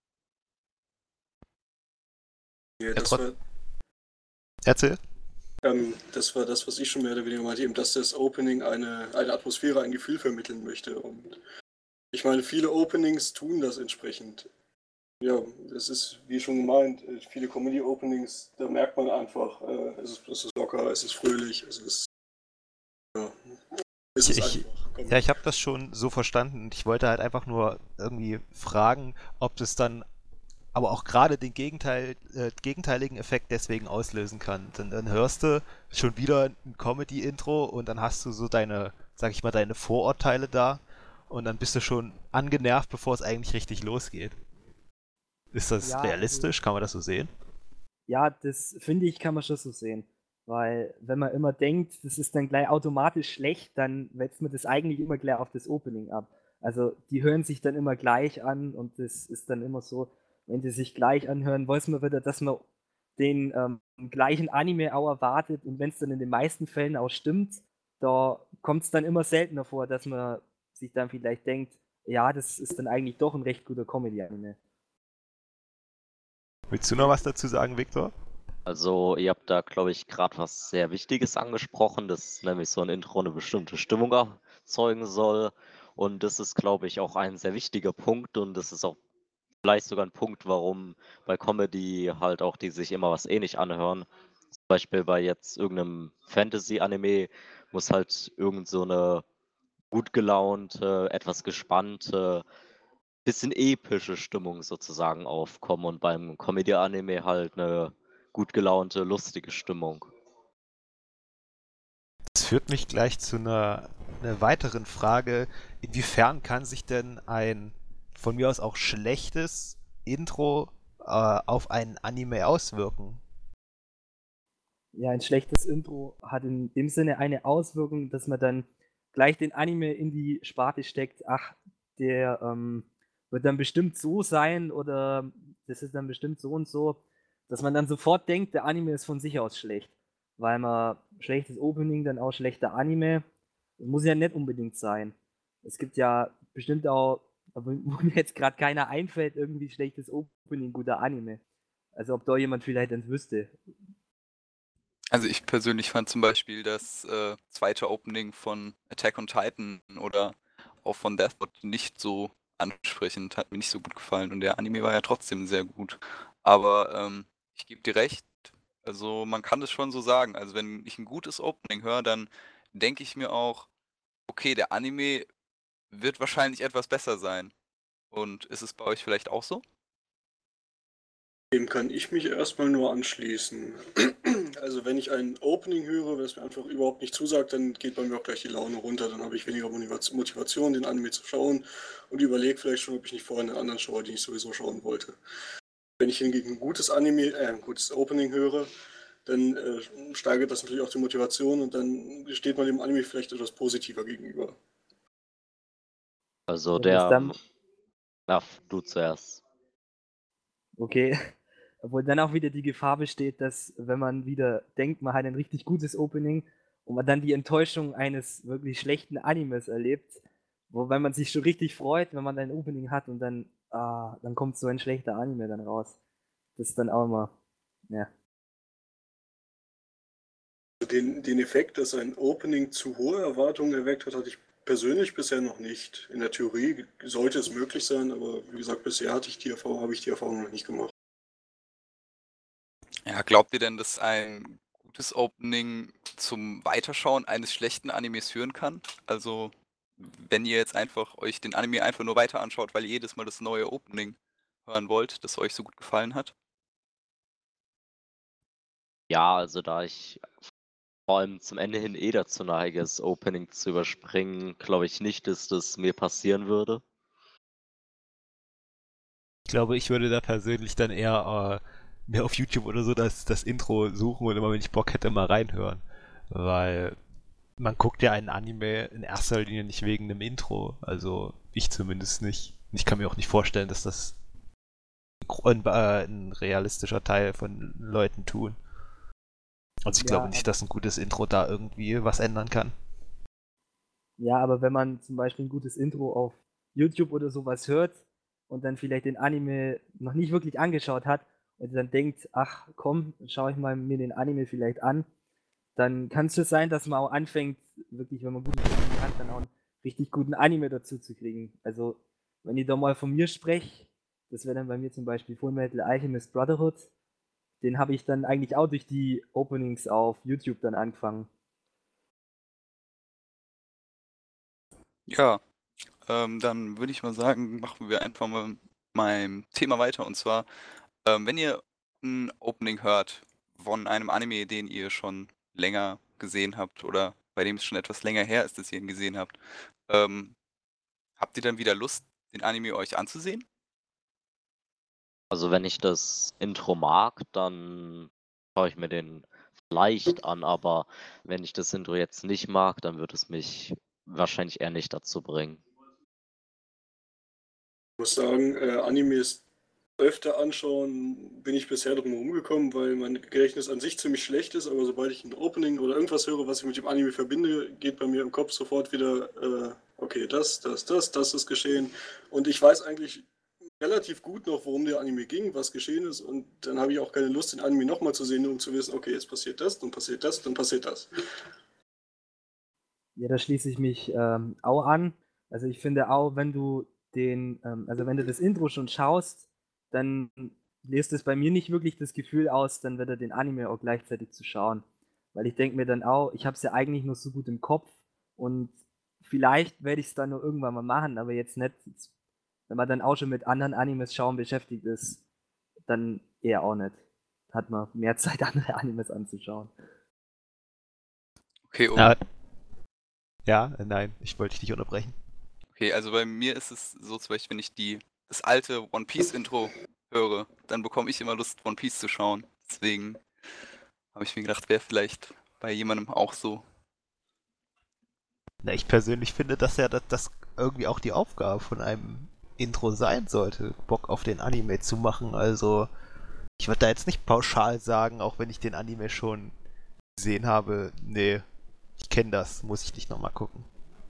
Ja,
Erzähl.
das war das, was ich schon mehr oder weniger meinte, eben, dass das Opening eine Atmosphäre, ein Gefühl vermitteln möchte. Und ich meine, viele Openings tun das entsprechend. Ja, das ist, wie schon gemeint, viele Comedy-Openings, da merkt man einfach, es ist locker, es ist fröhlich, ja, es ist
Ich,
einfach.
ja, ich habe das schon so verstanden und ich wollte halt einfach nur irgendwie fragen, ob das dann aber auch gerade den gegenteiligen Effekt deswegen auslösen kann. Dann hörst du schon wieder ein Comedy-Intro und dann hast du so deine, sag ich mal, deine Vorurteile da und dann bist du schon angenervt, bevor es eigentlich richtig losgeht. Ist das
Ja, also,
realistisch? Kann man das so sehen?
ja, das finde ich, kann man schon so sehen. Weil, wenn man immer denkt, das ist dann gleich automatisch schlecht, dann wetzt man das eigentlich immer gleich auf das Opening ab. Also, die hören sich dann immer gleich an und das ist dann immer so, wenn die sich gleich anhören, weiß man wieder, dass man den gleichen Anime auch erwartet und wenn es dann in den meisten Fällen auch stimmt, da kommt es dann immer seltener vor, dass man sich dann vielleicht denkt, ja, das ist dann eigentlich doch ein recht guter Comedy-Anime.
Willst du noch was dazu sagen, Victor?
Also, ihr habt da, glaube ich, gerade was sehr Wichtiges angesprochen, dass nämlich so ein Intro eine bestimmte Stimmung erzeugen soll. Und das ist, glaube ich, auch ein sehr wichtiger Punkt. Und das ist auch vielleicht sogar ein Punkt, warum bei Comedy halt auch die sich immer was ähnlich anhören. Zum Beispiel bei jetzt irgendeinem Fantasy-Anime muss halt irgend so eine gut gelaunte, etwas gespannte, bisschen epische Stimmung sozusagen aufkommen und beim Comedy-Anime halt eine gut gelaunte, lustige Stimmung.
Das führt mich gleich zu einer weiteren Frage. Inwiefern kann sich denn ein von mir aus auch schlechtes Intro auf einen Anime auswirken?
Ja, ein schlechtes Intro hat in dem Sinne eine Auswirkung, dass man dann gleich den Anime in die Sparte steckt, ach, der wird dann bestimmt so sein oder das ist dann bestimmt so und so, dass man dann sofort denkt, der Anime ist von sich aus schlecht, weil man schlechtes Opening, dann auch schlechter Anime, das muss ja nicht unbedingt sein. Es gibt ja bestimmt auch, aber wo mir jetzt gerade keiner einfällt, irgendwie schlechtes Opening, guter Anime. Also ob da jemand vielleicht eins wüsste.
Also ich persönlich fand zum Beispiel das zweite Opening von Attack on Titan oder auch von Death Note nicht so ansprechend, hat mir nicht so gut gefallen und der Anime war ja trotzdem sehr gut. Aber ich gebe dir recht, also man kann das schon so sagen. Also wenn ich ein gutes Opening höre, dann denke ich mir auch, okay, der Anime wird wahrscheinlich etwas besser sein. Und ist es bei euch vielleicht auch so?
Dem kann ich mich erstmal nur anschließen. Also wenn ich ein Opening höre, was mir einfach überhaupt nicht zusagt, dann geht bei mir auch gleich die Laune runter. Dann habe ich weniger Motivation, den Anime zu schauen und überlege vielleicht schon, ob ich nicht vorher einen anderen schaue, den ich sowieso schauen wollte. Wenn ich hingegen ein gutes ein gutes Opening höre, dann steigert das natürlich auch die Motivation und dann steht man dem Anime vielleicht etwas positiver gegenüber.
Also
Ja, was
der,
dann,
du zuerst.
okay, obwohl dann auch wieder die Gefahr besteht, dass wenn man wieder denkt, man hat ein richtig gutes Opening und man dann die Enttäuschung eines wirklich schlechten Animes erlebt, wobei man sich schon richtig freut, wenn man ein Opening hat und dann kommt so ein schlechter Anime dann raus. Das ist dann auch immer, ja.
Den Effekt, dass ein Opening zu hohe Erwartungen erweckt hat, hatte ich persönlich bisher noch nicht. In der Theorie sollte es möglich sein, aber wie gesagt, bisher habe ich die Erfahrung noch nicht gemacht.
Ja, glaubt ihr denn, dass ein gutes Opening zum Weiterschauen eines schlechten Animes führen kann? Also, wenn ihr jetzt einfach euch den Anime einfach nur weiter anschaut, weil ihr jedes Mal das neue Opening hören wollt, das euch so gut gefallen hat?
Ja, also da ich vor allem zum Ende hin dazu neige, das Opening zu überspringen, glaube ich nicht, dass das mir passieren würde.
Ich glaube, ich würde da persönlich dann eher mir auf YouTube oder so das Intro suchen und immer, wenn ich Bock hätte, mal reinhören. Weil man guckt ja einen Anime in erster Linie nicht wegen einem Intro. Also ich zumindest nicht. Und ich kann mir auch nicht vorstellen, dass das ein realistischer Teil von Leuten tun. Also ich glaube
Ja,
nicht, dass ein gutes Intro da irgendwie was ändern kann.
ja, aber wenn man zum Beispiel ein gutes Intro auf YouTube oder sowas hört und dann vielleicht den Anime noch nicht wirklich angeschaut hat und dann denkt, ach komm, schaue ich mal mir den Anime vielleicht an, dann kann es schon sein, dass man auch anfängt, wirklich, wenn man gutes Opening hat, dann auch einen richtig guten Anime dazu zu kriegen. Also, wenn ich da mal von mir spreche, Das wäre dann bei mir zum Beispiel Fullmetal Alchemist Brotherhood. Den habe ich dann eigentlich auch durch die Openings auf YouTube dann angefangen.
Ja, dann würde ich mal sagen, machen wir einfach mal mit meinem Thema weiter. Und zwar, wenn ihr ein Opening hört von einem Anime, den ihr schon länger gesehen habt oder bei dem es schon etwas länger her ist, dass ihr ihn gesehen habt, ähm, habt ihr dann wieder Lust, den Anime euch anzusehen?
Also wenn ich das Intro mag, dann schaue ich mir den vielleicht an, aber wenn ich das Intro jetzt nicht mag, dann wird es mich wahrscheinlich eher nicht dazu bringen.
Ich muss sagen, Animes öfter anschauen bin ich bisher drum herum gekommen, weil mein Gedächtnis an sich ziemlich schlecht ist, aber sobald ich ein Opening oder irgendwas höre, was ich mit dem Anime verbinde, geht bei mir im Kopf sofort wieder, okay, das ist geschehen. Und ich weiß eigentlich relativ gut noch, worum der Anime ging, was geschehen ist, und dann habe ich auch keine Lust, den Anime nochmal zu sehen, nur um zu wissen, okay, jetzt passiert das, dann passiert das, dann passiert das.
Ja, da schließe ich mich auch an. Also ich finde auch, wenn du wenn du das Intro schon schaust, dann löst es bei mir nicht wirklich das Gefühl aus, dann wieder den Anime auch gleichzeitig zu schauen. Weil ich denke mir dann auch, ich habe es ja eigentlich nur so gut im Kopf und vielleicht werde ich es dann nur irgendwann mal machen, aber jetzt nicht, wenn man dann auch schon mit anderen Animes schauen beschäftigt ist, dann eher auch nicht. Hat man mehr Zeit, andere Animes anzuschauen.
Okay,
Nein, ich wollte dich nicht unterbrechen.
okay, also bei mir ist es so, zum Beispiel, wenn ich das alte One Piece Intro höre, dann bekomme ich immer Lust, One Piece zu schauen. Deswegen habe ich mir gedacht, wäre vielleicht bei jemandem auch so.
Na, ich persönlich finde, dass ja das irgendwie auch die Aufgabe von einem Intro sein sollte, Bock auf den Anime zu machen. Also, ich würde da jetzt nicht pauschal sagen, auch wenn ich den Anime schon gesehen habe, nee, ich kenne das, muss ich nicht nochmal gucken.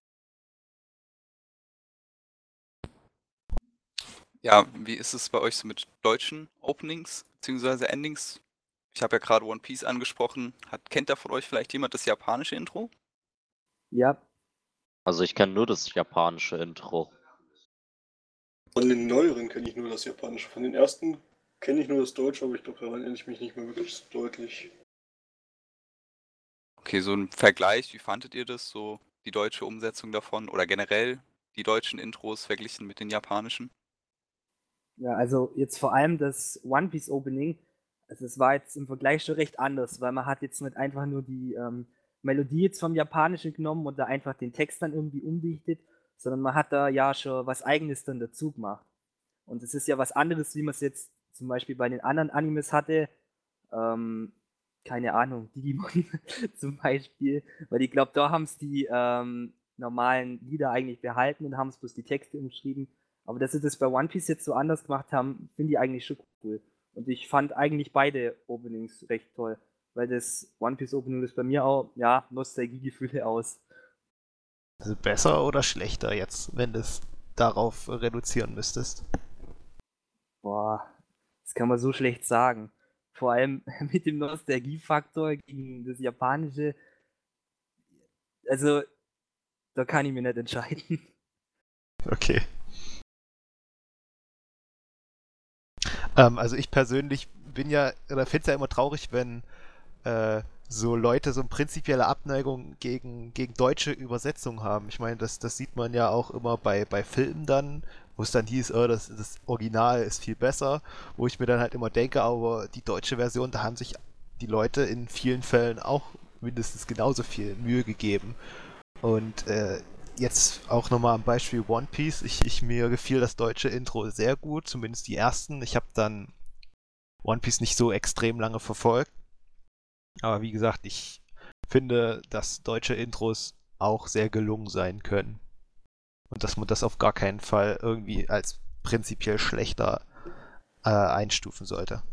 Ja, wie ist es bei euch so mit deutschen Openings bzw. Endings? Ich habe ja gerade One Piece angesprochen. Kennt da von euch vielleicht jemand das japanische Intro?
Ja,
Also ich kenne nur das japanische Intro.
Von den neueren kenne ich nur das Japanische. Von den ersten kenne ich nur das Deutsche, aber ich glaube, daran erinnere ich mich nicht mehr wirklich so deutlich.
Okay, so ein Vergleich, wie fandet ihr das, so die deutsche Umsetzung davon oder generell die deutschen Intros verglichen mit den japanischen?
Ja, also jetzt vor allem das One Piece Opening, also es war jetzt im Vergleich schon recht anders, weil man hat jetzt nicht einfach nur die Melodie jetzt vom Japanischen genommen und da einfach den Text dann irgendwie umdichtet, sondern man hat da ja schon was Eigenes dann dazu gemacht. Und es ist ja was anderes, wie man es jetzt zum Beispiel bei den anderen Animes hatte. Ähm, keine Ahnung, Digimon zum Beispiel, weil ich glaube, da haben es die normalen Lieder eigentlich behalten und haben es bloß die Texte umschrieben. Aber dass sie das bei One Piece jetzt so anders gemacht haben, finde ich eigentlich schon cool. Und ich fand eigentlich beide Openings recht toll, weil das One Piece Opening ist bei mir auch, ja, Nostalgiegefühle aus.
Also besser oder schlechter jetzt, wenn du es darauf reduzieren müsstest?
Boah, das kann man so schlecht sagen. Vor allem mit dem Nostalgiefaktor gegen das Japanische. Also, da kann ich mir nicht entscheiden.
Okay. Also ich persönlich bin ja, oder finde es ja immer traurig, wenn so Leute so eine prinzipielle Abneigung gegen deutsche Übersetzungen haben. Ich meine, das sieht man ja auch immer bei Filmen dann, wo es dann hieß, das Original ist viel besser, wo ich mir dann halt immer denke, aber die deutsche Version, da haben sich die Leute in vielen Fällen auch mindestens genauso viel Mühe gegeben. Und jetzt auch nochmal am Beispiel One Piece. Mir gefiel das deutsche Intro sehr gut, zumindest die ersten. Ich habe dann One Piece nicht so extrem lange verfolgt. Aber wie gesagt, ich finde, dass deutsche Intros auch sehr gelungen sein können. Und dass man das auf gar keinen Fall irgendwie als prinzipiell schlechter einstufen sollte.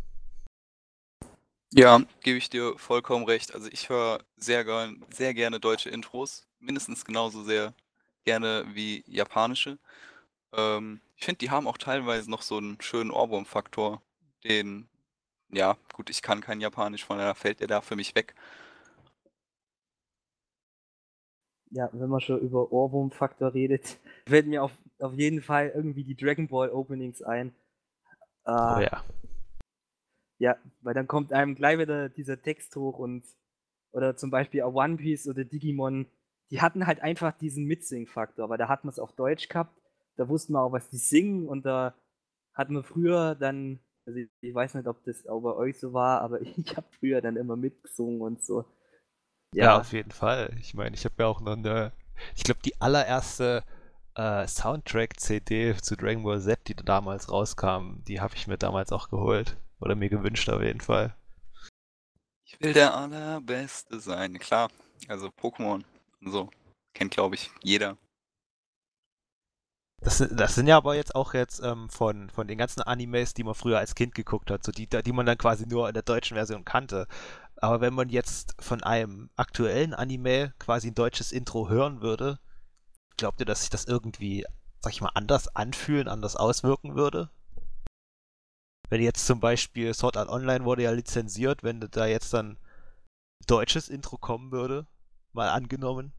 Ja, gebe ich dir vollkommen recht. Also ich höre sehr gerne deutsche Intros, mindestens genauso sehr gerne wie japanische. Ich finde, die haben auch teilweise noch so einen schönen Ohrwurm-Faktor, den, ja, gut, ich kann kein Japanisch, von daher fällt der da für mich weg.
Ja, wenn man schon über Ohrwurm-Faktor redet, fällt mir auf jeden Fall irgendwie die Dragon Ball Openings ein.
Oh ja.
Ja, weil dann kommt einem gleich wieder dieser Text hoch oder zum Beispiel auch One Piece oder Digimon, die hatten halt einfach diesen Mitsing-Faktor, aber da hat man es auf Deutsch gehabt, da wusste man auch, was die singen und da hat man früher dann, also ich weiß nicht, ob das auch bei euch so war, aber ich habe früher dann immer mitgesungen und so.
Ja,
Ja,
auf jeden Fall. Ich meine, ich habe ja auch noch ich glaube, die allererste Soundtrack-CD zu Dragon Ball Z, die damals rauskam, die habe ich mir damals auch geholt. Oder mir gewünscht auf jeden Fall.
Ich will der Allerbeste sein. Klar, also Pokémon und so. Kennt, glaube ich, jeder.
Das sind ja aber jetzt auch von den ganzen Animes, die man früher als Kind geguckt hat, so die man dann quasi nur in der deutschen Version kannte. Aber wenn man jetzt von einem aktuellen Anime quasi ein deutsches Intro hören würde, glaubt ihr, dass sich das irgendwie, sag ich mal, anders anfühlen, anders auswirken würde? Wenn jetzt zum Beispiel Sword Art Online wurde ja lizenziert, wenn da jetzt dann deutsches Intro kommen würde, mal angenommen.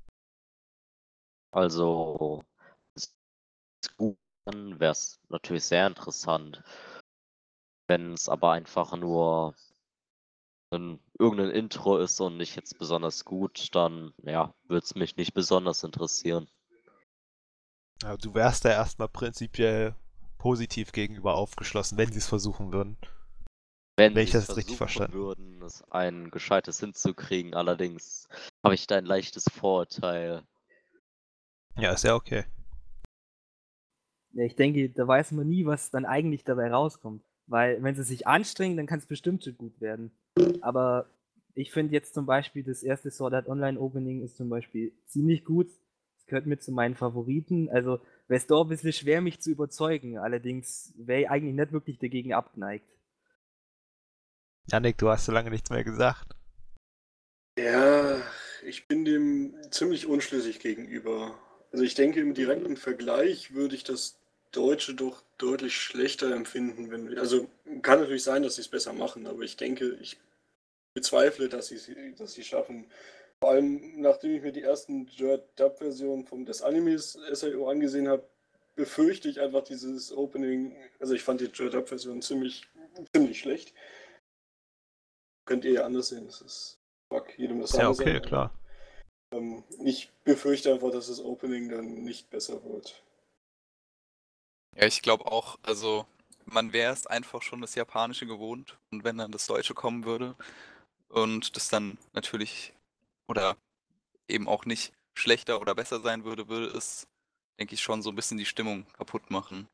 Also, ist gut, dann wäre es natürlich sehr interessant. Wenn es aber einfach nur irgendein Intro ist und nicht jetzt besonders gut, dann ja, würde es mich nicht besonders interessieren.
Ja, du wärst da erstmal prinzipiell positiv gegenüber aufgeschlossen, wenn sie es versuchen würden.
Wenn
Wenn
sie
ich
es
das jetzt richtig
versuchen
verstanden.
würden, es ein gescheites hinzukriegen, allerdings habe ich da ein leichtes Vorurteil.
Ja, ist ja okay.
ja, ich denke, da weiß man nie, was dann eigentlich dabei rauskommt. Weil wenn sie sich anstrengen, dann kann es bestimmt schon gut werden. Aber ich finde jetzt zum Beispiel, das erste Sword Art Online Opening ist zum Beispiel ziemlich gut. Es gehört mit zu meinen Favoriten. Also wäre es doch ein bisschen schwer, mich zu überzeugen. Allerdings wäre ich eigentlich nicht wirklich dagegen abgeneigt.
Jannik, du hast so lange nichts mehr gesagt.
Ja, ich bin dem ziemlich unschlüssig gegenüber. Also ich denke, im direkten Vergleich würde ich das Deutsche doch deutlich schlechter empfinden, also kann natürlich sein, dass sie es besser machen, aber ich denke, ich bezweifle, dass sie schaffen. Vor allem, nachdem ich mir die ersten Dub-Versionen des Animes SAO angesehen habe, befürchte ich einfach dieses Opening. Also ich fand die Dub-Version ziemlich schlecht. Könnt ihr ja anders sehen. Mag jedem das
Ist ja
andere
okay,
sein.
klar.
Ich befürchte einfach, dass das Opening dann nicht besser wird.
Ja, ich glaube auch, also man wäre es einfach schon das Japanische gewohnt und wenn dann das Deutsche kommen würde und das dann natürlich oder eben auch nicht schlechter oder besser sein würde, würde es, denke ich, schon so ein bisschen die Stimmung kaputt machen.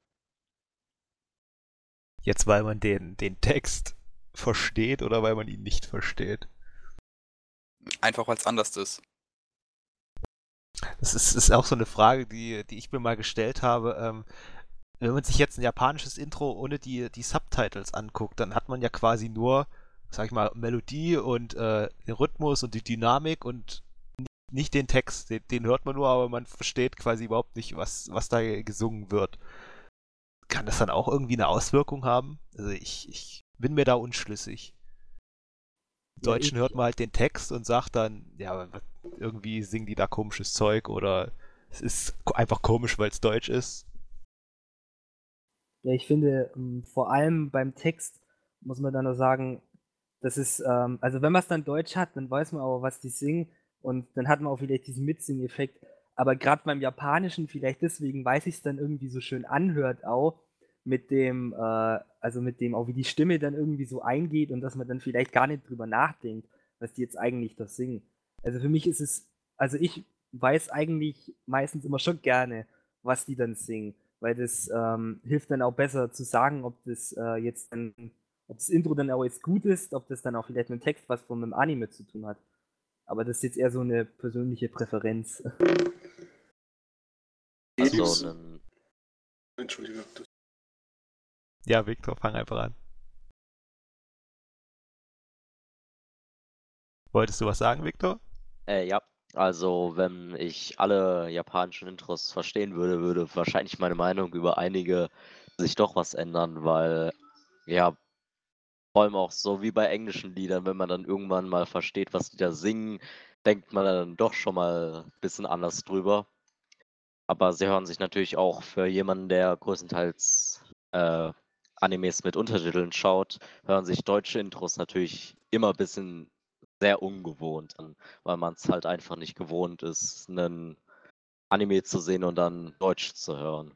Jetzt, weil man den Text versteht oder weil man ihn nicht versteht.
Einfach weil es anders ist.
Das ist auch so eine Frage, die ich mir mal gestellt habe. Wenn man sich jetzt ein japanisches Intro ohne die Subtitles anguckt, dann hat man ja quasi nur, sag ich mal, Melodie und den Rhythmus und die Dynamik und nicht den Text. Den hört man nur, aber man versteht quasi überhaupt nicht, was da gesungen wird. Kann das dann auch irgendwie eine Auswirkung haben? Also ich bin mir da unschlüssig. Im
Ja,
Deutschen hört man halt den Text und sagt dann, ja, irgendwie singen die da komisches Zeug oder es ist einfach komisch, weil es Deutsch ist.
ja, ich finde, vor allem beim Text muss man dann noch sagen, das ist, also wenn man es dann Deutsch hat, dann weiß man auch, was die singen und dann hat man auch vielleicht diesen Mitsing-Effekt. Aber gerade beim Japanischen, vielleicht deswegen, weil sich es dann irgendwie so schön anhört auch, also mit dem auch, wie die Stimme dann irgendwie so eingeht und dass man dann vielleicht gar nicht drüber nachdenkt, was die jetzt eigentlich da singen. Also für mich ist es, also ich weiß eigentlich meistens immer schon gerne, was die dann singen, weil das hilft dann auch besser zu sagen, ob das jetzt dann ob das Intro dann auch jetzt gut ist, ob das dann auch vielleicht mit dem Text was von einem Anime zu tun hat. Aber das ist jetzt eher so eine persönliche Präferenz.
Also
Jedes-
einen
Entschuldige.
Ja, Victor, fang einfach an. Wolltest du was sagen, Victor?
Ja, also wenn ich alle japanischen Intros verstehen würde, würde wahrscheinlich meine Meinung über einige sich doch was ändern, weil ja, vor allem auch so wie bei englischen Liedern, wenn man dann irgendwann mal versteht, was die da singen, denkt man dann doch schon mal ein bisschen anders drüber. Aber sie hören sich natürlich auch für jemanden, der größtenteils Animes mit Untertiteln schaut, hören sich deutsche Intros natürlich immer ein bisschen sehr ungewohnt an, weil man es halt einfach nicht gewohnt ist, einen Anime zu sehen und dann Deutsch zu hören.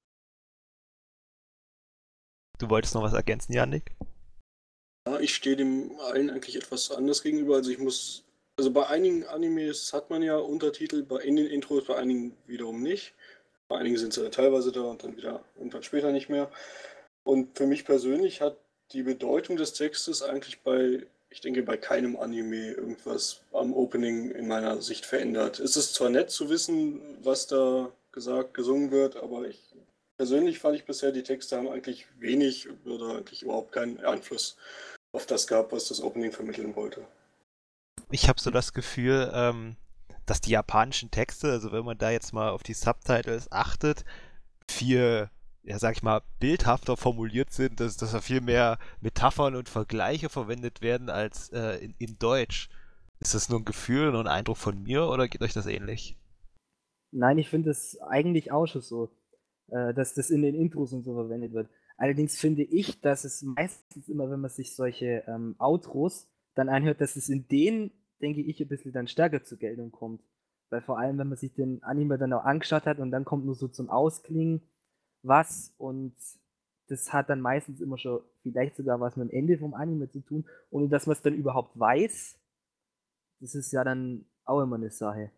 Du wolltest noch was ergänzen, Yannick?
Ja, ich stehe dem allen eigentlich etwas anders gegenüber. Also bei einigen Animes hat man ja Untertitel, in den Intros, bei einigen wiederum nicht. Bei einigen sind sie teilweise da und dann wieder irgendwann später nicht mehr. Und für mich persönlich hat die Bedeutung des Textes eigentlich ich denke, bei keinem Anime irgendwas am Opening in meiner Sicht verändert. Es ist zwar nett zu wissen, was da gesungen wird, aber persönlich fand ich bisher, die Texte haben eigentlich wenig oder eigentlich überhaupt keinen Einfluss auf das gehabt, was das Opening vermitteln wollte.
Ich habe so das Gefühl, dass die japanischen Texte, also wenn man da jetzt mal auf die Subtitles achtet, viel, ja sag ich mal, bildhafter formuliert sind, dass da viel mehr Metaphern und Vergleiche verwendet werden als in Deutsch. Ist das nur ein Gefühl, nur ein Eindruck von mir oder geht euch das ähnlich?
Nein, ich finde es eigentlich auch schon so, dass das in den Intros und so verwendet wird. Allerdings finde ich, dass es meistens immer, wenn man sich solche Outros dann anhört, dass es in denen, denke ich, ein bisschen dann stärker zur Geltung kommt. Weil vor allem, wenn man sich den Anime dann auch angeschaut hat und dann kommt nur so zum Ausklingen was und das hat dann meistens immer schon vielleicht sogar was mit dem Ende vom Anime zu tun, ohne dass man es dann überhaupt weiß. Das ist ja dann auch immer eine Sache.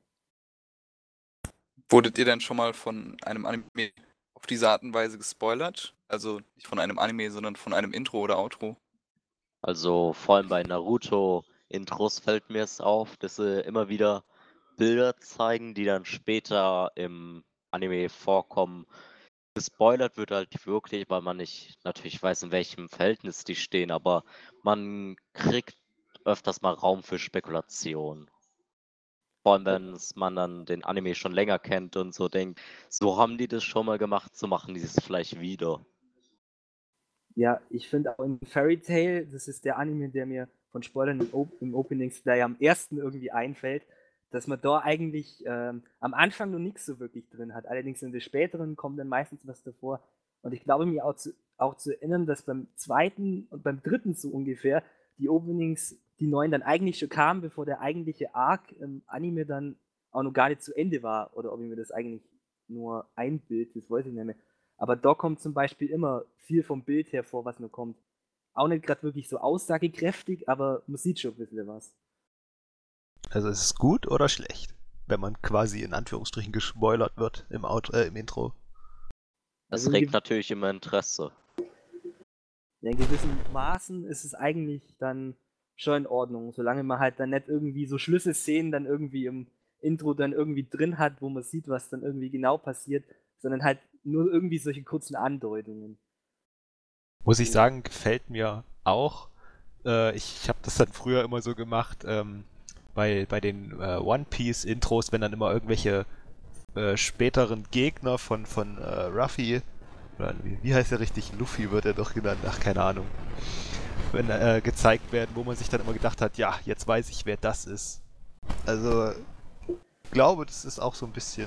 Wurdet ihr denn schon mal von einem Anime auf diese Art und Weise gespoilert? Also nicht von einem Anime, sondern von einem Intro oder Outro?
Also vor allem bei Naruto-Intros fällt mir es auf, dass sie immer wieder Bilder zeigen, die dann später im Anime vorkommen. Gespoilert wird halt nicht wirklich, weil man nicht natürlich weiß, in welchem Verhältnis die stehen, aber man kriegt öfters mal Raum für Spekulation. Vor allem, wenn man dann den Anime schon länger kennt und so denkt, so haben die das schon mal gemacht, so machen die es vielleicht wieder.
Ja, ich finde auch in Fairy Tail, das ist der Anime, der mir von Spoilern im Openings gleich am ersten irgendwie einfällt, dass man da eigentlich am Anfang noch nichts so wirklich drin hat. Allerdings in den späteren kommt dann meistens was davor. Und ich glaube mir auch zu erinnern, dass beim zweiten und beim dritten so ungefähr die Openings, die neuen dann eigentlich schon kamen, bevor der eigentliche Arc im Anime dann auch noch gar nicht zu Ende war. Oder ob ich mir das eigentlich nur einbild, das weiß ich nicht mehr. Aber da kommt zum Beispiel immer viel vom Bild her vor, was nur kommt. Auch nicht gerade wirklich so aussagekräftig, aber man sieht schon ein bisschen was.
Also ist es gut oder schlecht, wenn man quasi in Anführungsstrichen gespoilert wird im Intro?
Das
Also
regt natürlich immer Interesse.
in gewissen Maßen ist es eigentlich dann schon in Ordnung, solange man halt dann nicht irgendwie so Schlüsselszenen dann irgendwie im Intro dann irgendwie drin hat, wo man sieht, was dann irgendwie genau passiert, sondern halt nur irgendwie solche kurzen Andeutungen.
Muss ich sagen, gefällt mir auch. Ich habe das dann früher immer so gemacht, bei den One Piece Intros, wenn dann immer irgendwelche späteren Gegner von Ruffy, oder wie heißt der richtig? Luffy wird er doch genannt, ach keine Ahnung, wenn gezeigt werden, wo man sich dann immer gedacht hat, ja, jetzt weiß ich, wer das ist. Also, ich glaube, das ist auch so ein bisschen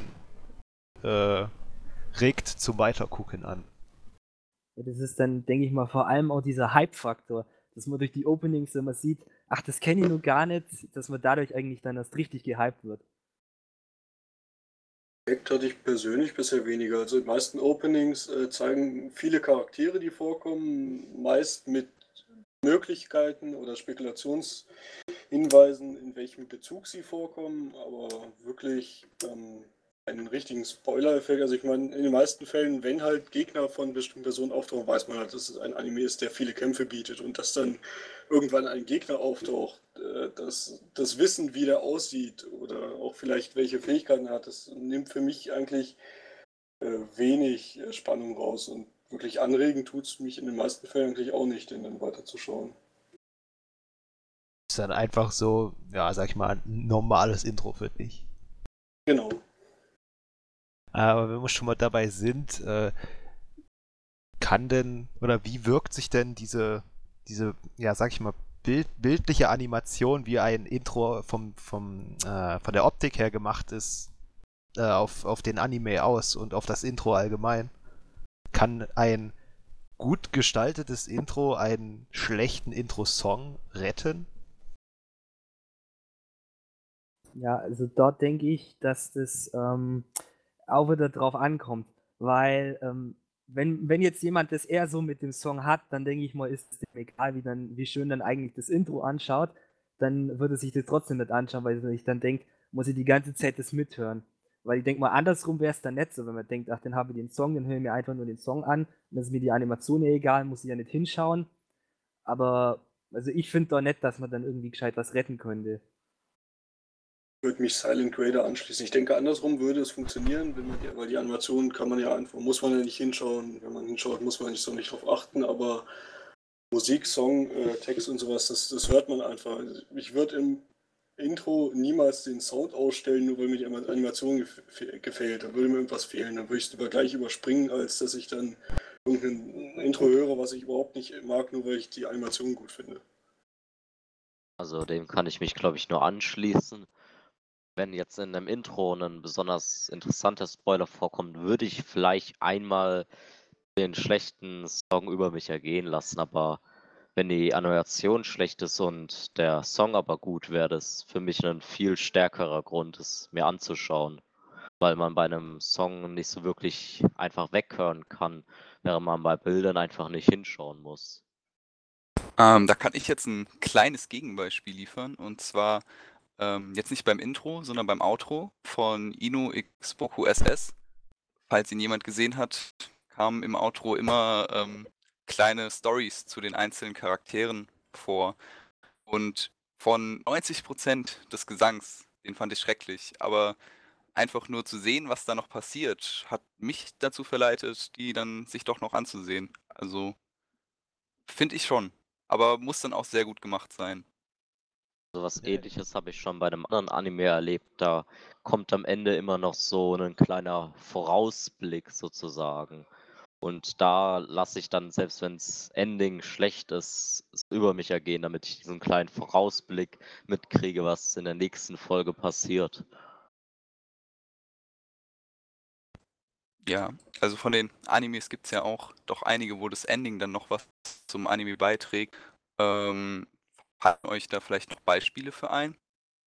regt zum Weitergucken an.
Ja, das ist dann, denke ich mal, vor allem auch dieser Hype-Faktor, dass man durch die Openings immer sieht, ach, das kenne ich nur gar nicht, dass man dadurch eigentlich dann erst richtig gehypt wird.
Effekt hatte ich persönlich bisher weniger. Also die meisten Openings zeigen viele Charaktere, die vorkommen, meist mit Möglichkeiten oder Spekulationshinweisen, in welchem Bezug sie vorkommen, aber wirklich einen richtigen Spoiler-Effekt. Also ich meine, in den meisten Fällen, wenn halt Gegner von bestimmten Personen auftauchen, weiß man halt, dass es ein Anime ist, der viele Kämpfe bietet und dass dann irgendwann ein Gegner auftaucht, das Wissen, wie der aussieht oder auch vielleicht welche Fähigkeiten er hat, das nimmt für mich eigentlich wenig Spannung raus und wirklich anregen tut es mich in den meisten Fällen eigentlich auch nicht, den dann weiterzuschauen.
Ist dann einfach so, ja, sag ich mal, ein normales Intro für dich.
Genau.
Aber wenn wir schon mal dabei sind, kann denn, oder wie wirkt sich denn diese ja, sag ich mal, bildliche Animation, wie ein Intro von der Optik her gemacht ist, auf den Anime aus und auf das Intro allgemein? Kann ein gut gestaltetes Intro einen schlechten Intro-Song retten?
Ja, also dort denke ich, dass das auch wieder drauf ankommt, weil wenn jetzt jemand das eher so mit dem Song hat, dann denke ich mal, ist es dem egal, wie schön dann eigentlich das Intro anschaut, dann würde sich das trotzdem nicht anschauen, weil ich dann denke, muss ich die ganze Zeit das mithören. Weil ich denke mal, andersrum wäre es dann nicht so, wenn man denkt, ach, dann habe ich den Song, dann höre ich mir einfach nur den Song an, dann ist mir die Animation ja egal, muss ich ja nicht hinschauen. Aber also ich finde doch nicht, dass man dann irgendwie gescheit was retten könnte.
Ich würde mich Silent Grader anschließen. Ich denke, andersrum würde es funktionieren, weil die Animation kann man ja einfach, muss man ja nicht hinschauen. Wenn man hinschaut, muss man nicht so nicht drauf achten, aber Musik, Song, Text und sowas, das hört man einfach. Also ich würde im Intro niemals den Sound ausstellen, nur weil mir die Animation gefällt. Da würde mir irgendwas fehlen. Dann würde ich es gleich überspringen, als dass ich dann irgendein Intro höre, was ich überhaupt nicht mag, nur weil ich die Animation gut finde.
Also dem kann ich mich, glaube ich, nur anschließen. Wenn jetzt in einem Intro ein besonders interessanter Spoiler vorkommt, würde ich vielleicht einmal den schlechten Song über mich ergehen lassen, aber wenn die Animation schlecht ist und der Song aber gut wäre, das für mich ein viel stärkerer Grund, es mir anzuschauen, weil man bei einem Song nicht so wirklich einfach weghören kann, während man bei Bildern einfach nicht hinschauen muss.
Da kann ich jetzt ein kleines Gegenbeispiel liefern und zwar jetzt nicht beim Intro, sondern beim Outro von Inu x Boku SS. Falls ihn jemand gesehen hat, kamen im Outro immer kleine Stories zu den einzelnen Charakteren vor. Und von 90% des Gesangs, den fand ich schrecklich, aber einfach nur zu sehen, was da noch passiert, hat mich dazu verleitet, die dann sich doch noch anzusehen. Also finde ich schon, aber muss dann auch sehr gut gemacht sein.
So was Ähnliches habe ich schon bei einem anderen Anime erlebt. Da kommt am Ende immer noch so ein kleiner Vorausblick sozusagen. Und da lasse ich dann, selbst wenn's Ending schlecht ist, es über mich ergehen, damit ich diesen kleinen Vorausblick mitkriege, was in der nächsten Folge passiert.
Ja, also von den Animes gibt es ja auch doch einige, wo das Ending dann noch was zum Anime beiträgt. Fallen euch da vielleicht noch Beispiele für ein?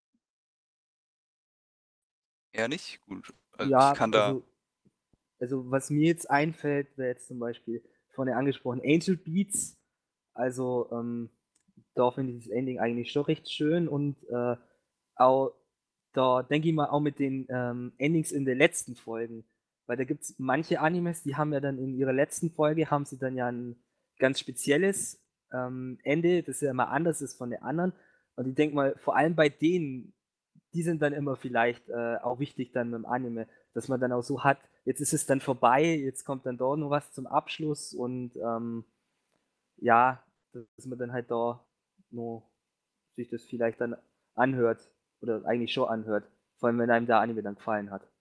Eher nicht? Gut. Also ich
Ja,
kann da.
also was mir jetzt einfällt, wäre jetzt zum Beispiel vorhin angesprochen Angel Beats. Also da finde ich das Ending eigentlich schon recht schön und auch da denke ich mal auch mit den Endings in den letzten Folgen, weil da gibt es manche Animes, die haben ja dann in ihrer letzten Folge, haben sie dann ja ein ganz spezielles Ende, das ja immer anders ist von den anderen. Und ich denke mal, vor allem bei denen, die sind dann immer vielleicht auch wichtig dann mit dem Anime, dass man dann auch so hat, jetzt ist es dann vorbei, jetzt kommt dann da noch was zum Abschluss und ja, dass man dann halt da nur sich das vielleicht dann anhört oder eigentlich schon anhört, vor allem wenn einem der Anime dann gefallen hat.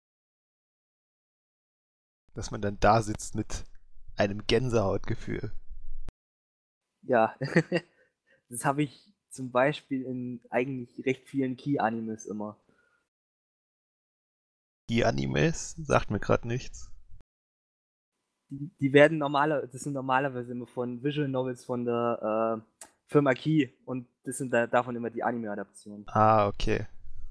Dass man dann da sitzt mit einem Gänsehautgefühl.
Ja, das habe ich zum Beispiel in eigentlich recht vielen Key-Animes immer.
Die Animes sagt mir gerade nichts.
Die werden das sind normalerweise immer von Visual Novels von der Firma Key und das sind davon immer die Anime-Adaptionen.
Ah, okay.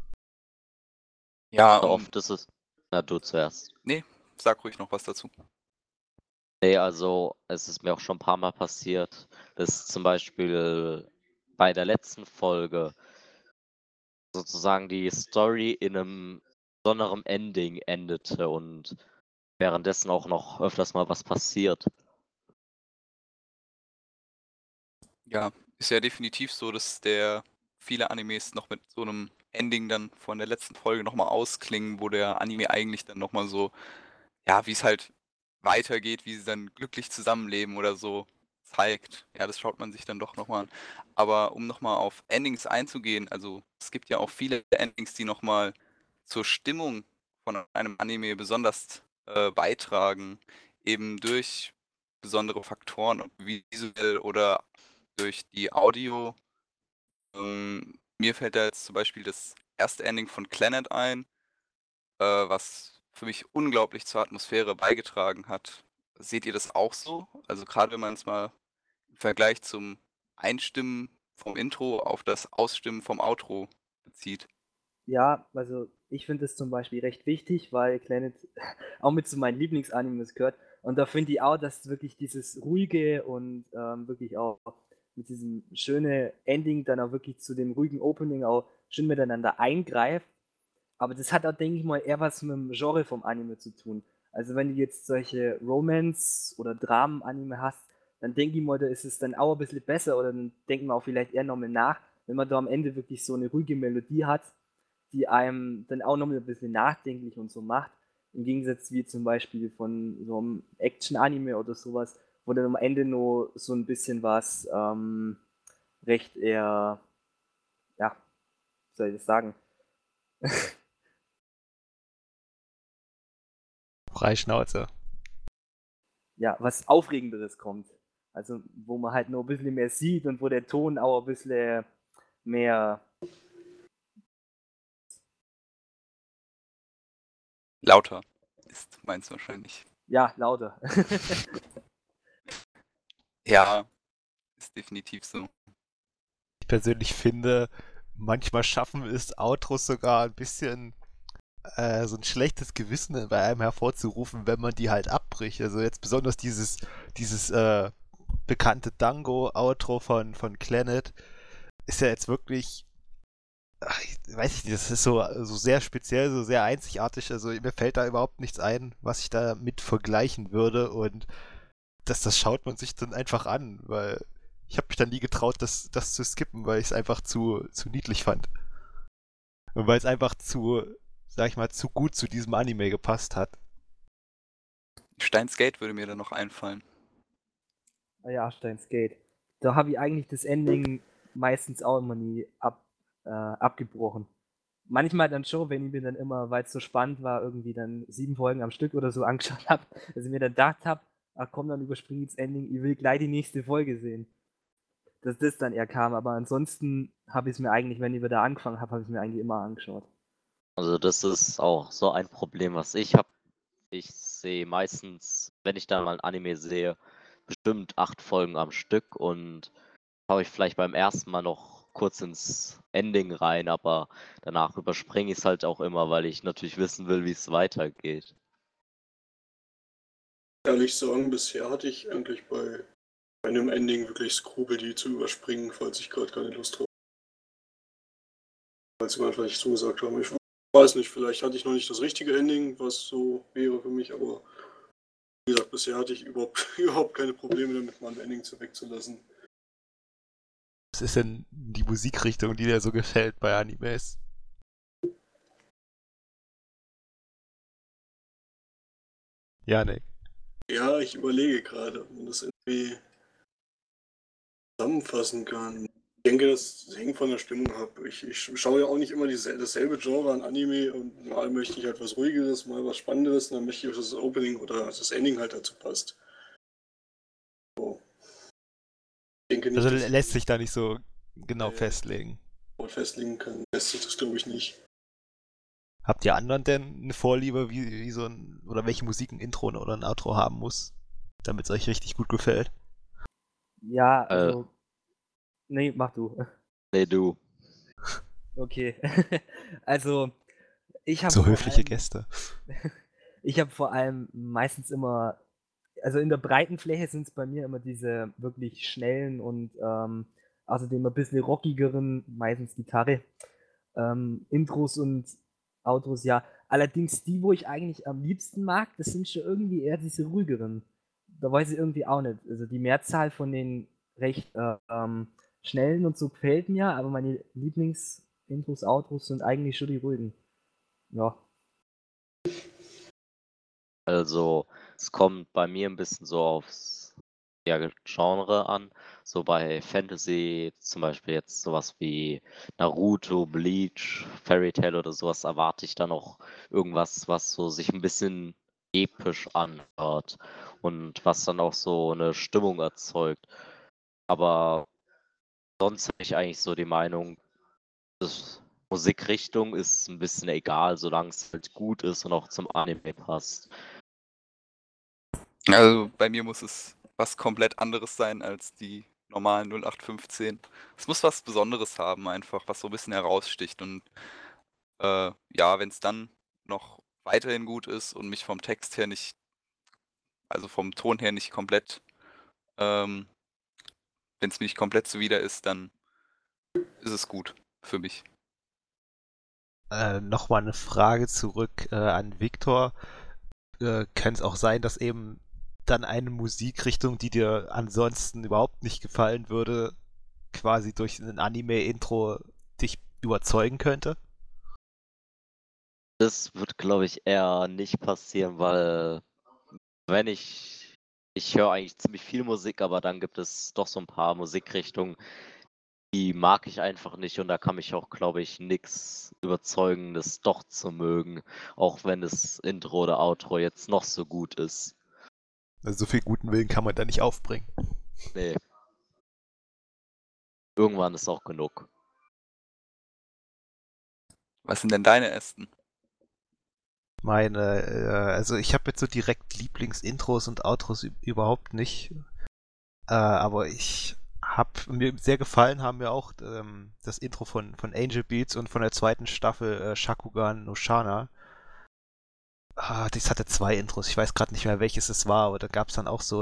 Ja,
So oft ist es. Na, du zuerst.
nee, sag ruhig noch was dazu.
Nee, also es ist mir auch schon ein paar Mal passiert, dass zum Beispiel bei der letzten Folge sozusagen die Story in einem besonderen Ending endete und währenddessen auch noch öfters mal was passiert.
Ja, ist ja definitiv so, dass viele Animes noch mit so einem Ending dann von der letzten Folge nochmal ausklingen, wo der Anime eigentlich dann nochmal so, ja, wie es halt weitergeht, wie sie dann glücklich zusammenleben oder so zeigt. Ja, das schaut man sich dann doch nochmal an. Aber um nochmal auf Endings einzugehen, also es gibt ja auch viele Endings, die nochmal zur Stimmung von einem Anime besonders beitragen, eben durch besondere Faktoren, ob visuell oder durch die Audio. Mir fällt da jetzt zum Beispiel das erste Ending von Clannad ein, was für mich unglaublich zur Atmosphäre beigetragen hat. seht ihr das auch so? Also gerade wenn man es mal im Vergleich zum Einstimmen vom Intro auf das Ausstimmen vom Outro bezieht.
Ja, also ich finde es zum Beispiel recht wichtig, weil Clannad auch mit zu meinen Lieblingsanimes gehört. Und da finde ich auch, dass wirklich dieses ruhige und wirklich auch mit diesem schönen Ending dann auch wirklich zu dem ruhigen Opening auch schön miteinander eingreift. Aber das hat auch, denke ich mal, eher was mit dem Genre vom Anime zu tun. Also wenn du jetzt solche Romance- oder Dramen-Anime hast, dann denke ich mal, da ist es dann auch ein bisschen besser oder dann denken wir auch vielleicht eher nochmal nach, wenn man da am Ende wirklich so eine ruhige Melodie hat, die einem dann auch nochmal ein bisschen nachdenklich und so macht. Im Gegensatz wie zum Beispiel von so einem Action-Anime oder sowas, wo dann am Ende nur so ein bisschen was recht eher, ja, wie soll ich das sagen?
Freischnauze.
Ja, was Aufregenderes kommt. Also, wo man halt nur ein bisschen mehr sieht und wo der Ton auch ein bisschen mehr,
Lauter ist meins wahrscheinlich.
ja, lauter.
Ja, ist definitiv so.
Ich persönlich finde, manchmal schaffen es Outros sogar ein bisschen so ein schlechtes Gewissen bei einem hervorzurufen, wenn man die halt abbricht. Also jetzt besonders dieses bekannte Dango-Outro von Clannad ist ja jetzt wirklich, ich weiß ich nicht, das ist so sehr speziell, so sehr einzigartig. Also mir fällt da überhaupt nichts ein, was ich da mit vergleichen würde und das schaut man sich dann einfach an, weil ich habe mich dann nie getraut, das zu skippen, weil ich es einfach zu niedlich fand. Und weil es einfach sag ich mal, zu gut zu diesem Anime gepasst hat.
Steins Gate würde mir da noch einfallen.
Ja, Steins Gate. Da habe ich eigentlich das Ending meistens auch immer nie abgebrochen. Manchmal dann schon, wenn ich mir dann immer, weil es so spannend war, irgendwie dann 7 Folgen am Stück oder so angeschaut habe, dass ich mir dann gedacht habe, ach komm, dann überspringe ich das Ending, ich will gleich die nächste Folge sehen. Dass das dann eher kam, aber ansonsten habe ich es mir eigentlich, wenn ich wieder angefangen habe, habe ich es mir eigentlich immer angeschaut.
Also das ist auch so ein Problem, was ich habe. Ich sehe meistens, wenn ich dann mal ein Anime sehe, bestimmt 8 Folgen am Stück und schaue ich vielleicht beim ersten Mal noch kurz ins Ending rein, aber danach überspringe ich es halt auch immer, weil ich natürlich wissen will, wie es weitergeht.
Ehrlich sagen, bisher hatte ich eigentlich bei einem Ending wirklich Skrupel, die zu überspringen, falls ich gerade keine Lust habe. Falls sie mir einfach nicht zugesagt haben. Ich weiß nicht, vielleicht hatte ich noch nicht das richtige Ending, was so wäre für mich, aber wie gesagt, bisher hatte ich überhaupt keine Probleme damit, mal ein Ending wegzulassen.
Was ist denn die Musikrichtung, die dir so gefällt bei Animes? Janik.
Ja, ich überlege gerade, ob man das irgendwie zusammenfassen kann. Ich denke, das hängt von der Stimmung ab. Ich schaue ja auch nicht immer dasselbe Genre an Anime und mal möchte ich halt was Ruhigeres, mal was Spannenderes und dann möchte ich, dass das Opening oder das Ending halt dazu passt. So. Ich denke nicht,
Also
dass
lässt sich da nicht so genau
Nee.
festlegen.
ich festlegen kann. Lässt sich das, glaube ich, nicht.
Habt ihr anderen denn eine Vorliebe, wie so ein, oder welche Musik ein Intro oder ein Outro haben muss, damit es euch richtig gut gefällt?
Ja, also. Nee, mach du.
Nee, du.
Okay. Also, ich habe
So
vor
höfliche
allem,
Gäste.
ich habe vor allem meistens immer, also in der breiten Fläche sind es bei mir immer diese wirklich schnellen und außerdem ein bisschen rockigeren, meistens Gitarre, Intros und Outros, ja. Allerdings die, wo ich eigentlich am liebsten mag, das sind schon irgendwie eher diese ruhigeren. Da weiß ich irgendwie auch nicht. Also die Mehrzahl von den recht schnellen und so gefällt mir, aber meine Lieblings-Intros, Outros sind eigentlich schon die ruhigen. Ja.
Also, es kommt bei mir ein bisschen so aufs Genre an. So bei Fantasy, zum Beispiel jetzt sowas wie Naruto, Bleach, Fairy Tail oder sowas, erwarte ich dann auch irgendwas, was so sich ein bisschen episch anhört und was dann auch so eine Stimmung erzeugt. Aber sonst habe ich eigentlich so die Meinung, dass Musikrichtung ist ein bisschen egal, solange es halt gut ist und auch zum Anime passt.
Also bei mir muss es was komplett anderes sein als die normalen 0815. Es muss was Besonderes haben einfach, was so ein bisschen heraussticht und, ja, wenn es dann noch weiterhin gut ist und mich vom Text her nicht also vom Ton her nicht komplett ähm, wenn es mir nicht komplett zuwider ist, dann ist es gut für mich.
Nochmal eine Frage zurück an Viktor. Könnte es auch sein, dass eben dann eine Musikrichtung, die dir ansonsten überhaupt nicht gefallen würde, quasi durch ein Anime-Intro dich überzeugen könnte?
Das wird, glaube ich, eher nicht passieren, weil wenn ich höre eigentlich ziemlich viel Musik, aber dann gibt es doch so ein paar Musikrichtungen, die mag ich einfach nicht und da kann mich auch, glaube ich, nix überzeugen, das doch zu mögen, auch wenn das Intro oder Outro jetzt noch so gut ist.
Also so viel guten Willen kann man da nicht aufbringen.
Ne. Irgendwann ist auch genug.
Was sind denn deine ersten?
Also ich habe jetzt so direkt Lieblingsintros und Outros überhaupt nicht. Aber mir sehr gefallen haben mir auch das Intro von Angel Beats und von der zweiten Staffel Shakugan no Shana. Das hatte zwei Intros, ich weiß gerade nicht mehr welches es war, aber da gab es dann auch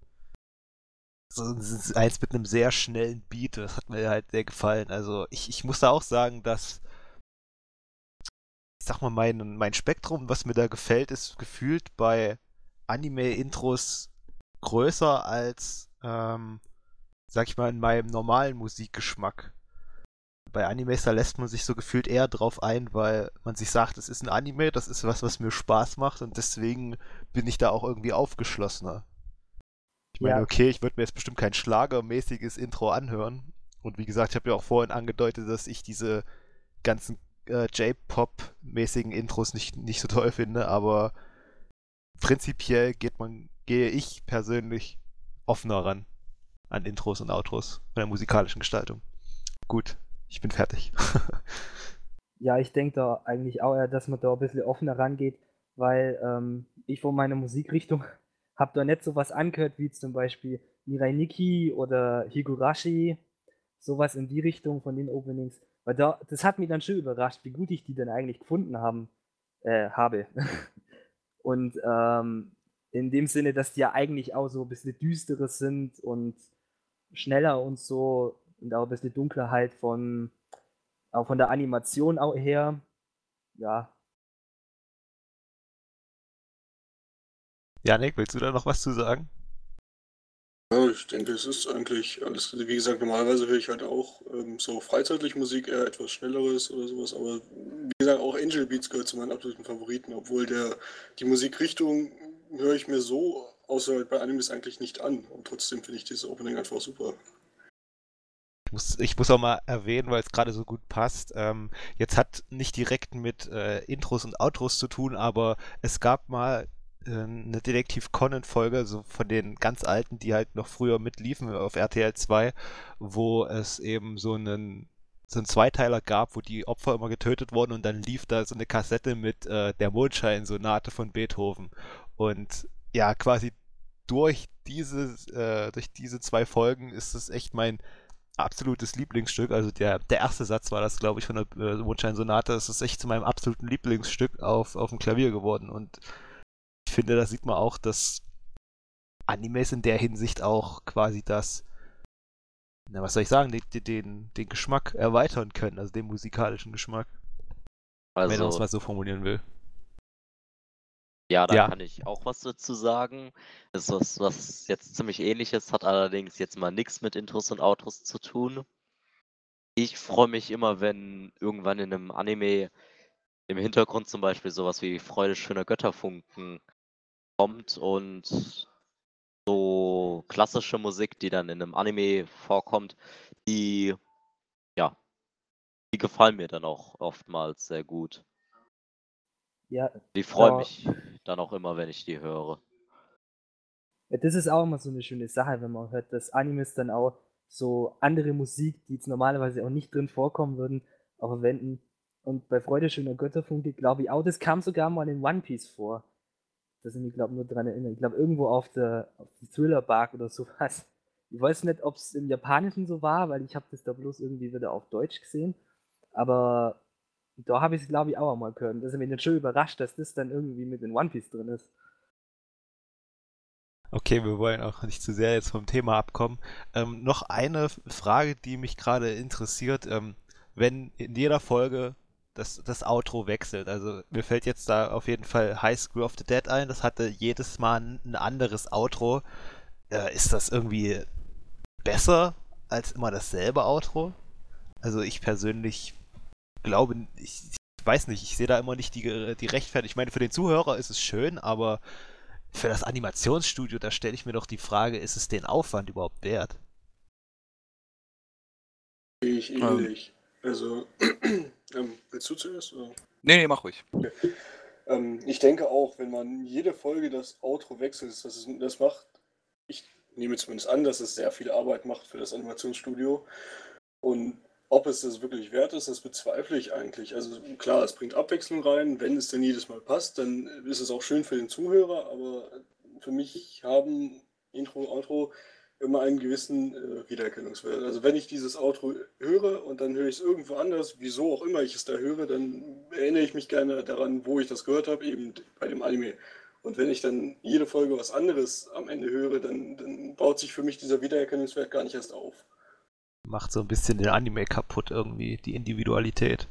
eins mit einem sehr schnellen Beat, das hat mir halt sehr gefallen. Also ich muss da auch sagen, dass, ich sag mal, mein Spektrum, was mir da gefällt, ist gefühlt bei Anime-Intros größer als, sag ich mal, in meinem normalen Musikgeschmack. Bei Animes, da lässt man sich so gefühlt eher drauf ein, weil man sich sagt, es ist ein Anime, das ist was mir Spaß macht und deswegen bin ich da auch irgendwie aufgeschlossener. Ich meine,
Ja,
okay, ich würde mir jetzt bestimmt kein schlagermäßiges Intro anhören. Und wie gesagt, ich habe ja auch vorhin angedeutet, dass ich diese ganzen J-Pop-mäßigen Intros nicht so toll finde, aber prinzipiell gehe ich persönlich offener ran an Intros und Outros von der musikalischen Gestaltung. Gut, ich bin fertig.
ja, ich denke da eigentlich auch eher, dass man da ein bisschen offener rangeht, weil ich von meiner Musikrichtung habe da nicht so was angehört wie zum Beispiel Mirai Nikki oder Higurashi, sowas in die Richtung von den Openings. Weil das hat mich dann schon überrascht, wie gut ich die denn eigentlich gefunden habe. Und in dem Sinne, dass die ja eigentlich auch so ein bisschen düsterer sind und schneller und so und auch ein bisschen dunkler halt auch von der Animation auch her. Ja,
Janik, willst du da noch was zu sagen?
Ja, ich denke, es ist eigentlich alles, wie gesagt, normalerweise höre ich halt auch so freizeitlich Musik, eher etwas Schnelleres oder sowas, aber wie gesagt, auch Angel Beats gehört zu meinen absoluten Favoriten, obwohl die Musikrichtung höre ich mir so, außer halt bei Animes eigentlich nicht an und trotzdem finde ich dieses Opening einfach super.
Ich muss auch mal erwähnen, weil es gerade so gut passt. Jetzt hat nicht direkt mit Intros und Outros zu tun, aber es gab mal eine Detektiv Conan-Folge, so von den ganz alten, die halt noch früher mitliefen auf RTL 2, wo es eben so einen Zweiteiler gab, wo die Opfer immer getötet wurden und dann lief da so eine Kassette mit der Mondscheinsonate von Beethoven. Und ja, quasi durch diese zwei Folgen ist es echt mein absolutes Lieblingsstück. Also der erste Satz war das, glaube ich, von der Mondscheinsonate. Das ist echt zu meinem absoluten Lieblingsstück auf dem Klavier geworden. Und ich finde, da sieht man auch, dass Animes in der Hinsicht auch quasi was soll ich sagen, den Geschmack erweitern können, also den musikalischen Geschmack, wenn man es
Also,
mal so formulieren will.
ja, da
Ja,
kann ich auch was dazu sagen. Das ist was jetzt ziemlich Ähnliches, hat allerdings jetzt mal nichts mit Intros und Outros zu tun. Ich freue mich immer, wenn irgendwann in 'nem Anime im Hintergrund zum Beispiel so was wie „Freude schöner Götterfunken“ kommt und so klassische Musik, die dann in 'nem Anime vorkommt, die ja, die gefallen mir dann auch oftmals sehr gut.
ja,
Die freuen
da,
mich dann auch immer, wenn ich die höre.
ja, das ist auch immer so eine schöne Sache, wenn man hört, dass Animes dann auch so andere Musik, die jetzt normalerweise auch nicht drin vorkommen würden, auch verwenden. Und bei Freude schöner Götterfunke glaube ich auch, das kam sogar mal in One Piece vor. dass ich mich, glaube nur dran erinnere. Ich glaube, irgendwo auf die Thriller-Bark oder sowas. Ich weiß nicht, ob es im Japanischen so war, weil ich habe das da bloß irgendwie wieder auf Deutsch gesehen. Aber da habe ich es, glaube ich, auch mal gehört. Das ist mich dann schon überrascht, dass das dann irgendwie mit in One Piece drin ist.
Okay, wir wollen auch nicht zu sehr jetzt vom Thema abkommen. Noch eine Frage, die mich gerade interessiert. Wenn in jeder Folge das Outro wechselt, also mir fällt jetzt da auf jeden Fall High School of the Dead ein, das hatte jedes Mal ein anderes Outro. Ist das irgendwie besser als immer dasselbe Outro? Also ich persönlich glaube, ich weiß nicht, ich sehe da immer nicht die Rechtfertigung. Ich meine, für den Zuhörer ist es schön, aber für das Animationsstudio, da stelle ich mir doch die Frage, ist es den Aufwand überhaupt wert?
Sehe ich ähnlich. Also, willst du zuerst? Oder?
Nee, mach ruhig.
Okay. Ich denke auch, wenn man jede Folge das Outro wechselt, das macht, ich nehme zumindest an, dass es sehr viel Arbeit macht für das Animationsstudio. Und ob es das wirklich wert ist, das bezweifle ich eigentlich. Also klar, es bringt Abwechslung rein. Wenn es denn jedes Mal passt, dann ist es auch schön für den Zuhörer. Aber für mich haben Intro, Outro immer einen gewissen Wiedererkennungswert. Also wenn ich dieses Outro höre und dann höre ich es irgendwo anders, wieso auch immer ich es da höre, dann erinnere ich mich gerne daran, wo ich das gehört habe, eben bei dem Anime. Und wenn ich dann jede Folge was anderes am Ende höre, dann baut sich für mich dieser Wiedererkennungswert gar nicht erst auf.
Macht so ein bisschen den Anime kaputt irgendwie, die Individualität.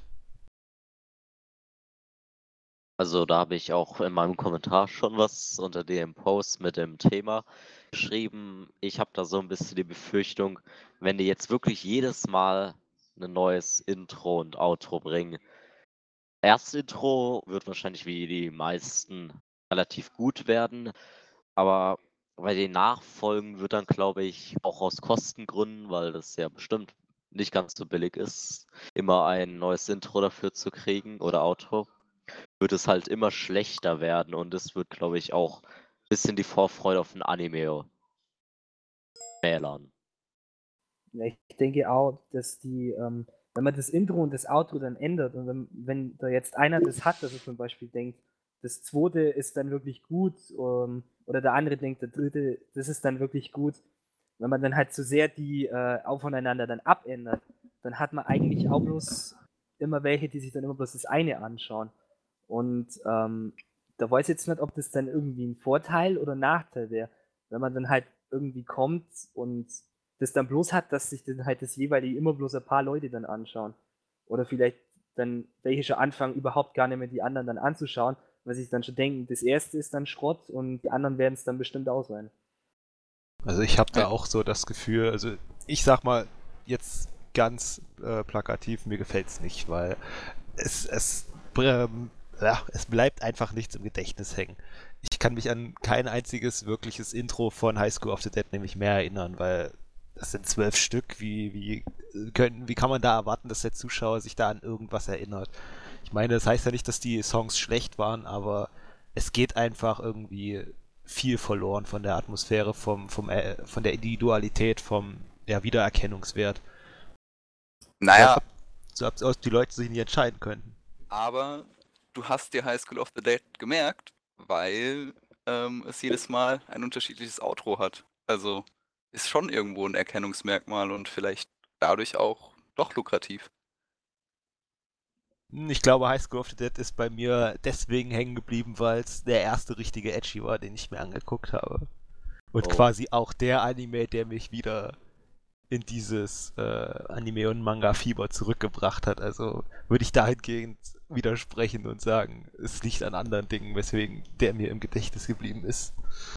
Also da habe ich auch in meinem Kommentar schon was unter dem Post mit dem Thema geschrieben. Ich habe da so ein bisschen die Befürchtung, wenn die jetzt wirklich jedes Mal ein neues Intro und Outro bringen. Erste Intro wird wahrscheinlich wie die meisten relativ gut werden, aber bei den Nachfolgen wird dann, glaube ich, auch aus Kostengründen, weil das ja bestimmt nicht ganz so billig ist, immer ein neues Intro dafür zu kriegen oder Outro, wird es halt immer schlechter werden und es wird, glaube ich, auch ein bisschen die Vorfreude auf ein Anime schmälern.
Ja, ich denke auch, dass wenn man das Intro und das Outro dann ändert und wenn da jetzt einer das hat, dass er zum Beispiel denkt, das zweite ist dann wirklich gut, oder der andere denkt, der dritte, das ist dann wirklich gut, wenn man dann halt so sehr die auch voneinander dann abändert, dann hat man eigentlich auch bloß immer welche, die sich dann immer bloß das eine anschauen. Und da weiß ich jetzt nicht, ob das dann irgendwie ein Vorteil oder ein Nachteil wäre, wenn man dann halt irgendwie kommt und das dann bloß hat, dass sich dann halt das jeweilige immer bloß ein paar Leute dann anschauen. Oder vielleicht dann welche schon anfangen, überhaupt gar nicht mehr die anderen dann anzuschauen, weil sie sich dann schon denken, das erste ist dann Schrott und die anderen werden es dann bestimmt auch sein.
Also ich habe da auch so das Gefühl, also ich sag mal jetzt ganz plakativ, mir gefällt's nicht, weil es bleibt einfach nichts im Gedächtnis hängen. Ich kann mich an kein einziges wirkliches Intro von High School of the Dead nämlich mehr erinnern, weil das sind 12 Stück. Wie kann man da erwarten, dass der Zuschauer sich da an irgendwas erinnert? Ich meine, das heißt ja nicht, dass die Songs schlecht waren, aber es geht einfach irgendwie viel verloren von der Atmosphäre, von der Individualität, vom Wiedererkennungswert.
Naja,
So ob die Leute sich nicht entscheiden könnten.
aber du hast dir High School of the Dead gemerkt, weil es jedes Mal ein unterschiedliches Outro hat. Also ist schon irgendwo ein Erkennungsmerkmal und vielleicht dadurch auch doch lukrativ.
Ich glaube, High School of the Dead ist bei mir deswegen hängen geblieben, weil es der erste richtige Edgy war, den ich mir angeguckt habe. Und quasi auch der Anime, der mich wieder in dieses Anime- und Manga-Fieber zurückgebracht hat. Also würde ich dahingehend widersprechen und sagen, es liegt an anderen Dingen, weswegen der mir im Gedächtnis geblieben ist.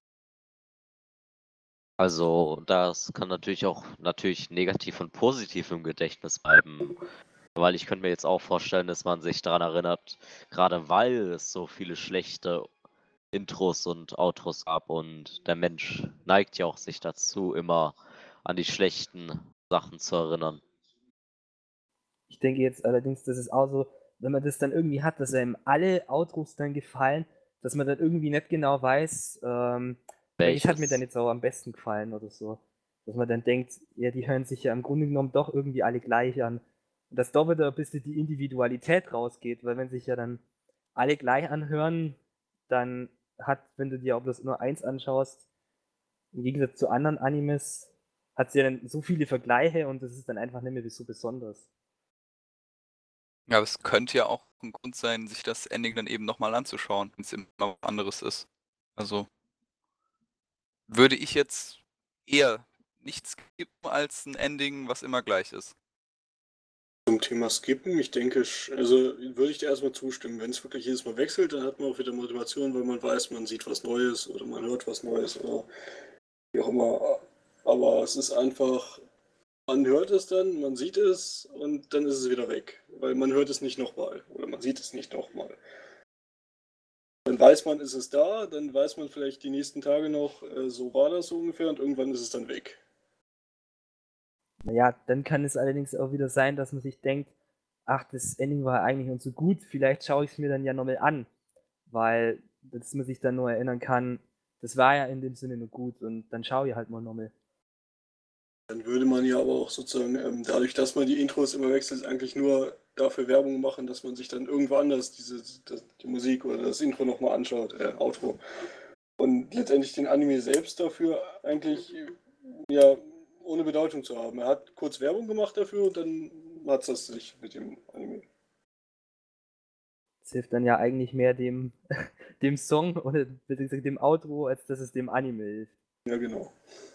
Also das kann natürlich auch negativ und positiv im Gedächtnis bleiben. Weil ich könnte mir jetzt auch vorstellen, dass man sich daran erinnert, gerade weil es so viele schlechte Intros und Outros gab und der Mensch neigt ja auch sich dazu, immer an die schlechten Sachen zu erinnern.
Ich denke jetzt allerdings, das ist auch so, wenn man das dann irgendwie hat, dass einem alle Outros dann gefallen, dass man dann irgendwie nicht genau weiß, welches hat mir dann jetzt auch am besten gefallen oder so. Dass man dann denkt, ja, die hören sich ja im Grunde genommen doch irgendwie alle gleich an. Und dass da wieder ein bisschen die Individualität rausgeht, weil wenn sich ja dann alle gleich anhören, dann hat, wenn du dir auch bloß nur eins anschaust. Im Gegensatz zu anderen Animes hat sie ja dann so viele Vergleiche und das ist dann einfach nicht mehr so besonders.
Ja, aber es könnte ja auch ein Grund sein, sich das Ending dann eben nochmal anzuschauen, wenn es immer was anderes ist. Also würde ich jetzt eher nicht skippen als ein Ending, was immer gleich ist.
Zum Thema Skippen, ich denke, also würde ich dir erstmal zustimmen. Wenn es wirklich jedes Mal wechselt, dann hat man auch wieder Motivation, weil man weiß, man sieht was Neues oder man hört was Neues oder wie auch immer. Aber es ist einfach, man hört es dann, man sieht es und dann ist es wieder weg. Weil man hört es nicht nochmal oder man sieht es nicht nochmal. Dann weiß man, ist es da, dann weiß man vielleicht die nächsten Tage noch, so war das so ungefähr und irgendwann ist es dann weg.
Naja, dann kann es allerdings auch wieder sein, dass man sich denkt, ach, das Ending war eigentlich nicht so gut, vielleicht schaue ich es mir dann ja nochmal an, weil dass man sich dann nur erinnern kann, das war ja in dem Sinne nur gut und dann schaue ich halt mal nochmal.
Dann würde man ja aber auch sozusagen, dadurch, dass man die Intros immer wechselt, eigentlich nur dafür Werbung machen, dass man sich dann irgendwo anders die Musik oder das Intro nochmal anschaut, Outro. Und letztendlich den Anime selbst dafür eigentlich ja ohne Bedeutung zu haben. Er hat kurz Werbung gemacht dafür und dann hat es das nicht mit dem Anime.
Das hilft dann ja eigentlich mehr dem, dem Song oder besser gesagt dem Outro, als dass es dem Anime hilft.
Ja, genau.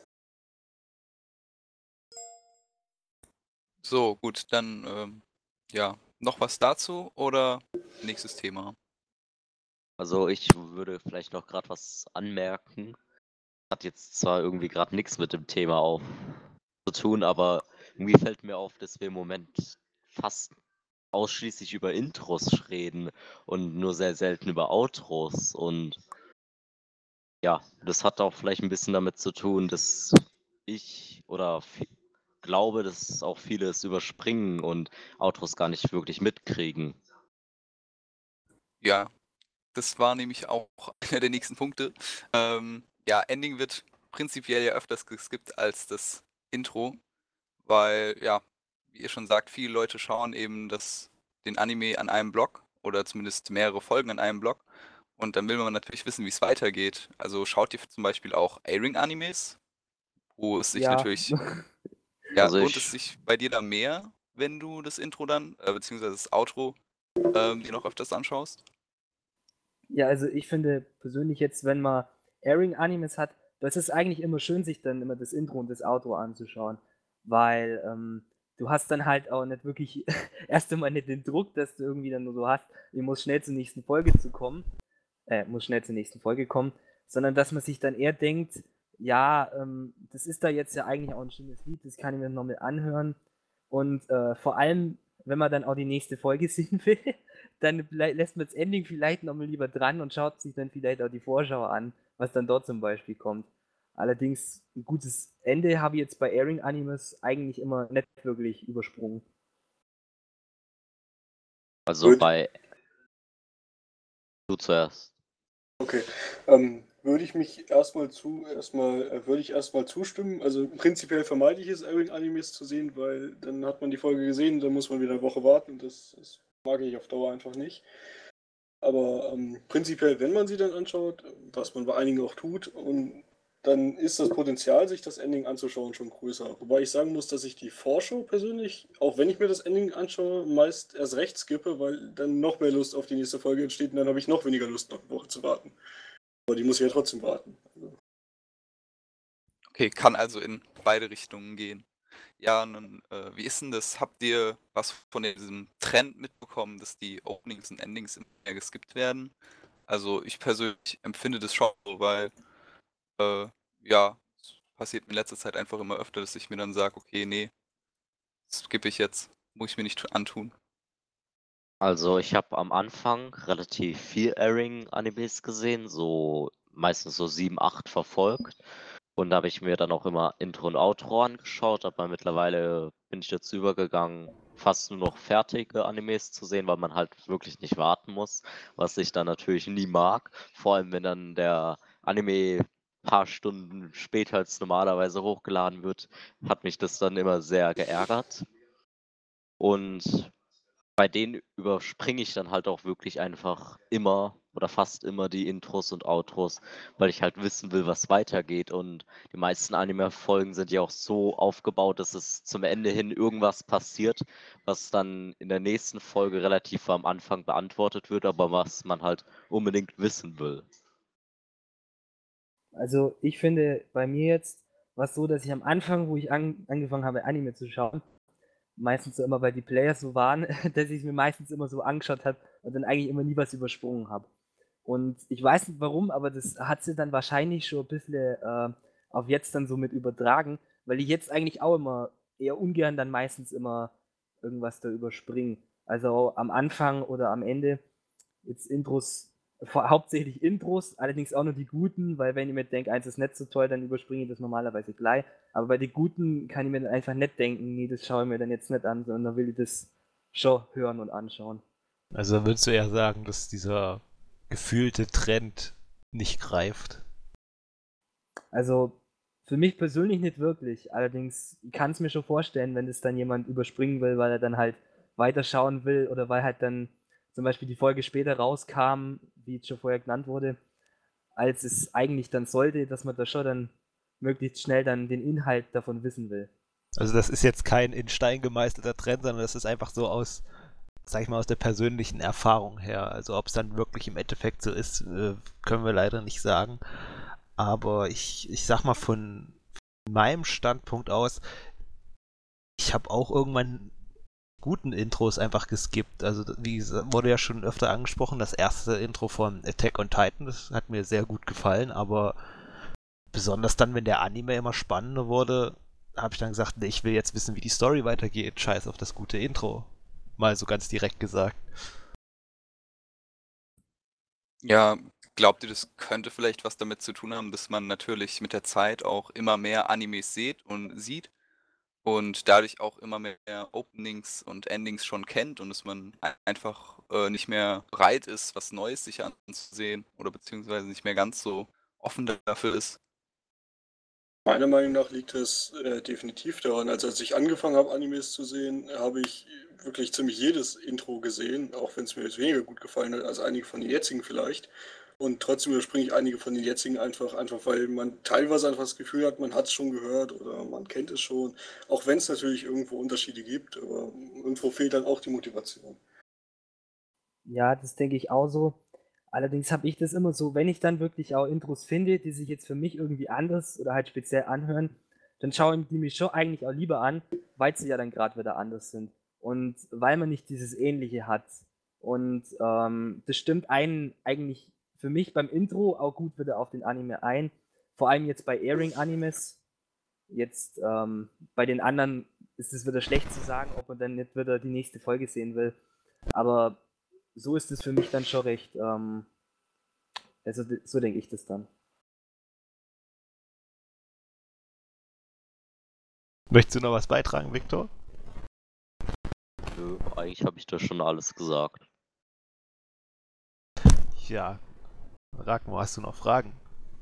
So, gut, dann ja, noch was dazu oder nächstes Thema?
Also ich würde vielleicht noch gerade was anmerken. Hat jetzt zwar irgendwie gerade nichts mit dem Thema zu tun, aber irgendwie fällt mir auf, dass wir im Moment fast ausschließlich über Intros reden und nur sehr selten über Outros. Und ja, das hat auch vielleicht ein bisschen damit zu tun, dass ich glaube, dass auch viele es überspringen und Outros gar nicht wirklich mitkriegen.
Ja, das war nämlich auch einer der nächsten Punkte. Ja, Ending wird prinzipiell ja öfters geskippt als das Intro, weil, ja, wie ihr schon sagt, viele Leute schauen eben den Anime an einem Block oder zumindest mehrere Folgen an einem Block. Und dann will man natürlich wissen, wie es weitergeht. Also schaut ihr zum Beispiel auch A-Ring-Animes, wo es sich
Ja,
natürlich, ja,
Also
lohnt es
ich
sich bei dir da mehr, wenn du das Intro dann, beziehungsweise das Outro, dir noch öfters anschaust?
ja, also ich finde persönlich jetzt, wenn man Airing-Animes hat, das ist eigentlich immer schön, sich dann immer das Intro und das Outro anzuschauen, weil du hast dann halt auch nicht wirklich erst einmal nicht den Druck, dass du irgendwie dann nur so hast, ich muss schnell zur nächsten Folge kommen, sondern dass man sich dann eher denkt, ja, das ist da jetzt ja eigentlich auch ein schönes Lied, das kann ich mir nochmal anhören und vor allem, wenn man dann auch die nächste Folge sehen will, dann lässt man das Ending vielleicht nochmal lieber dran und schaut sich dann vielleicht auch die Vorschau an, was dann dort zum Beispiel kommt. Allerdings, ein gutes Ende habe ich jetzt bei Airing Animes eigentlich immer nicht wirklich übersprungen.
Also
Gut.
du zuerst.
Okay. Würde ich erstmal zustimmen. Also prinzipiell vermeide ich es, Animes zu sehen, weil dann hat man die Folge gesehen, dann muss man wieder eine Woche warten. Das mag ich auf Dauer einfach nicht. Aber prinzipiell, wenn man sie dann anschaut, was man bei einigen auch tut, und dann ist das Potenzial, sich das Ending anzuschauen, schon größer. Wobei ich sagen muss, dass ich die Vorschau persönlich, auch wenn ich mir das Ending anschaue, meist erst recht skippe, weil dann noch mehr Lust auf die nächste Folge entsteht und dann habe ich noch weniger Lust, noch eine Woche zu warten. Aber die muss ich ja trotzdem warten.
Okay, kann also in beide Richtungen gehen. Ja, nun, wie ist denn das? Habt ihr was von diesem Trend mitbekommen, dass die Openings und Endings immer mehr geskippt werden? Also ich persönlich empfinde das schon so, weil ja, es passiert mir in letzter Zeit einfach immer öfter, dass ich mir dann sage, okay, nee, das skippe ich jetzt, muss ich mir nicht antun.
Also ich habe am Anfang relativ viel Airing-Animes gesehen, so meistens so 7, 8 verfolgt. Und da habe ich mir dann auch immer Intro und Outro angeschaut, aber mittlerweile bin ich dazu übergegangen, fast nur noch fertige Animes zu sehen, weil man halt wirklich nicht warten muss, was ich dann natürlich nie mag. Vor allem, wenn dann der Anime paar Stunden später als normalerweise hochgeladen wird, hat mich das dann immer sehr geärgert. Und Bei denen überspringe ich dann halt auch wirklich einfach immer oder fast immer die Intros und Outros, weil ich halt wissen will, was weitergeht. Und die meisten Anime-Folgen sind ja auch so aufgebaut, dass es zum Ende hin irgendwas passiert, was dann in der nächsten Folge relativ am Anfang beantwortet wird, aber was man halt unbedingt wissen will.
Also ich finde, bei mir jetzt war es so, dass ich am Anfang, wo ich angefangen habe, Anime zu schauen, meistens so immer, weil die Player so waren, dass ich es mir meistens immer so angeschaut habe und dann eigentlich immer nie was übersprungen habe. Und ich weiß nicht warum, aber das hat sie dann wahrscheinlich schon ein bisschen auf jetzt dann so mit übertragen, weil ich jetzt eigentlich auch immer eher ungern dann meistens immer irgendwas da überspringe. Also am Anfang oder am Ende jetzt Intros, hauptsächlich Intros, allerdings auch nur die guten, weil wenn ich mir denke, eins ist nicht so toll, dann überspringe ich das normalerweise gleich. Aber bei den guten kann ich mir dann einfach nicht denken, nee, das schaue ich mir dann jetzt nicht an, sondern will ich das schon hören und anschauen.
Also würdest du eher sagen, dass dieser gefühlte Trend nicht greift?
Also für mich persönlich nicht wirklich. Allerdings kann es mir schon vorstellen, wenn das dann jemand überspringen will, weil er dann halt weiterschauen will oder weil halt dann zum Beispiel die Folge später rauskam, wie es schon vorher genannt wurde, als es eigentlich dann sollte, dass man da schon dann möglichst schnell dann den Inhalt davon wissen will.
Also das ist jetzt kein in Stein gemeißelter Trend, sondern das ist einfach so aus, sag ich mal, aus der persönlichen Erfahrung her. Also ob es dann wirklich im Endeffekt so ist, können wir leider nicht sagen. Aber ich sag mal von meinem Standpunkt aus, ich habe auch irgendwann guten Intros einfach geskippt. Also wie wurde ja schon öfter angesprochen, das erste Intro von Attack on Titan, das hat mir sehr gut gefallen, aber besonders dann, wenn der Anime immer spannender wurde, habe ich dann gesagt, nee, ich will jetzt wissen, wie die Story weitergeht. Scheiß auf das gute Intro. Mal so ganz direkt gesagt.
Ja, glaubt ihr, das könnte vielleicht was damit zu tun haben, dass man natürlich mit der Zeit auch immer mehr Animes sieht und dadurch auch immer mehr Openings und Endings schon kennt und dass man einfach nicht mehr bereit ist, was Neues sich anzusehen oder beziehungsweise nicht mehr ganz so offen dafür ist?
Meiner Meinung nach liegt es definitiv daran. Also als ich angefangen habe, Animes zu sehen, habe ich wirklich ziemlich jedes Intro gesehen, auch wenn es mir jetzt weniger gut gefallen hat als einige von den jetzigen vielleicht. Und trotzdem überspringe ich einige von den jetzigen einfach, weil man teilweise einfach das Gefühl hat, man hat es schon gehört oder man kennt es schon. Auch wenn es natürlich irgendwo Unterschiede gibt, aber irgendwo fehlt dann auch die Motivation.
Ja, das denke ich auch so. Allerdings habe ich das immer so, wenn ich dann wirklich auch Intros finde, die sich jetzt für mich irgendwie anders oder halt speziell anhören, dann schaue ich die mich schon eigentlich auch lieber an, weil sie ja dann gerade wieder anders sind. Und weil man nicht dieses Ähnliche hat. Und das stimmt einen eigentlich für mich beim Intro auch gut wieder auf den Anime ein. Vor allem jetzt bei Airing-Animes. Jetzt bei den anderen ist es wieder schlecht zu sagen, ob man dann nicht wieder die nächste Folge sehen will. Aber so ist es für mich dann schon recht. Also so denke ich das dann.
Möchtest du noch was beitragen, Victor?
Nö, eigentlich habe ich da schon alles gesagt.
Ja. Ragnar, hast du noch Fragen?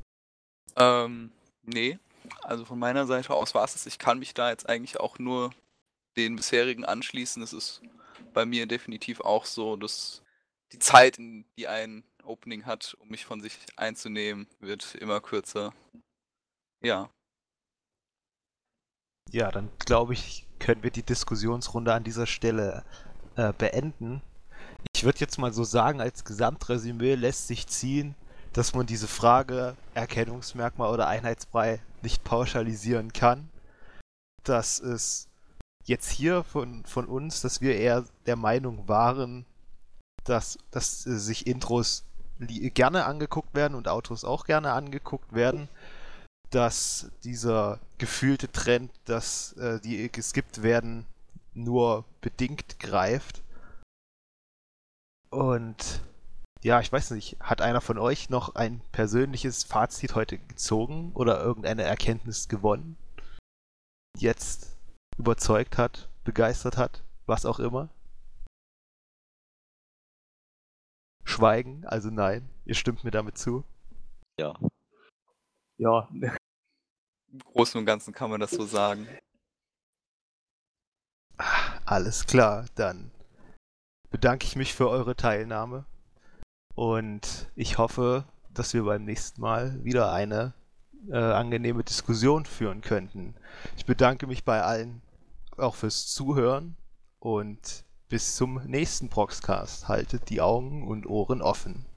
Nee, also von meiner Seite aus war es das. Ich kann mich da jetzt eigentlich auch nur den bisherigen anschließen. Es ist bei mir definitiv auch so, dass die Zeit, die ein Opening hat, um mich von sich einzunehmen, wird immer kürzer. Ja.
Ja, dann glaube ich, können wir die Diskussionsrunde an dieser Stelle beenden. Ich würde jetzt mal so sagen, als Gesamtresümee lässt sich ziehen, dass man diese Frage Erkennungsmerkmal oder Einheitsbrei nicht pauschalisieren kann. Dass es jetzt hier von uns, dass wir eher der Meinung waren, dass sich Intros gerne angeguckt werden und Outros auch gerne angeguckt werden, dass dieser gefühlte Trend, dass die geskippt werden, nur bedingt greift. Und ja, ich weiß nicht, hat einer von euch noch ein persönliches Fazit heute gezogen oder irgendeine Erkenntnis gewonnen? Jetzt überzeugt hat, begeistert hat, was auch immer? Schweigen, also nein, ihr stimmt mir damit zu.
Ja.
Ja,
Im Großen und Ganzen kann man das so sagen.
Alles klar, dann bedanke ich mich für eure Teilnahme und ich hoffe, dass wir beim nächsten Mal wieder eine angenehme Diskussion führen könnten. Ich bedanke mich bei allen auch fürs Zuhören und bis zum nächsten Proxcast. Haltet die Augen und Ohren offen.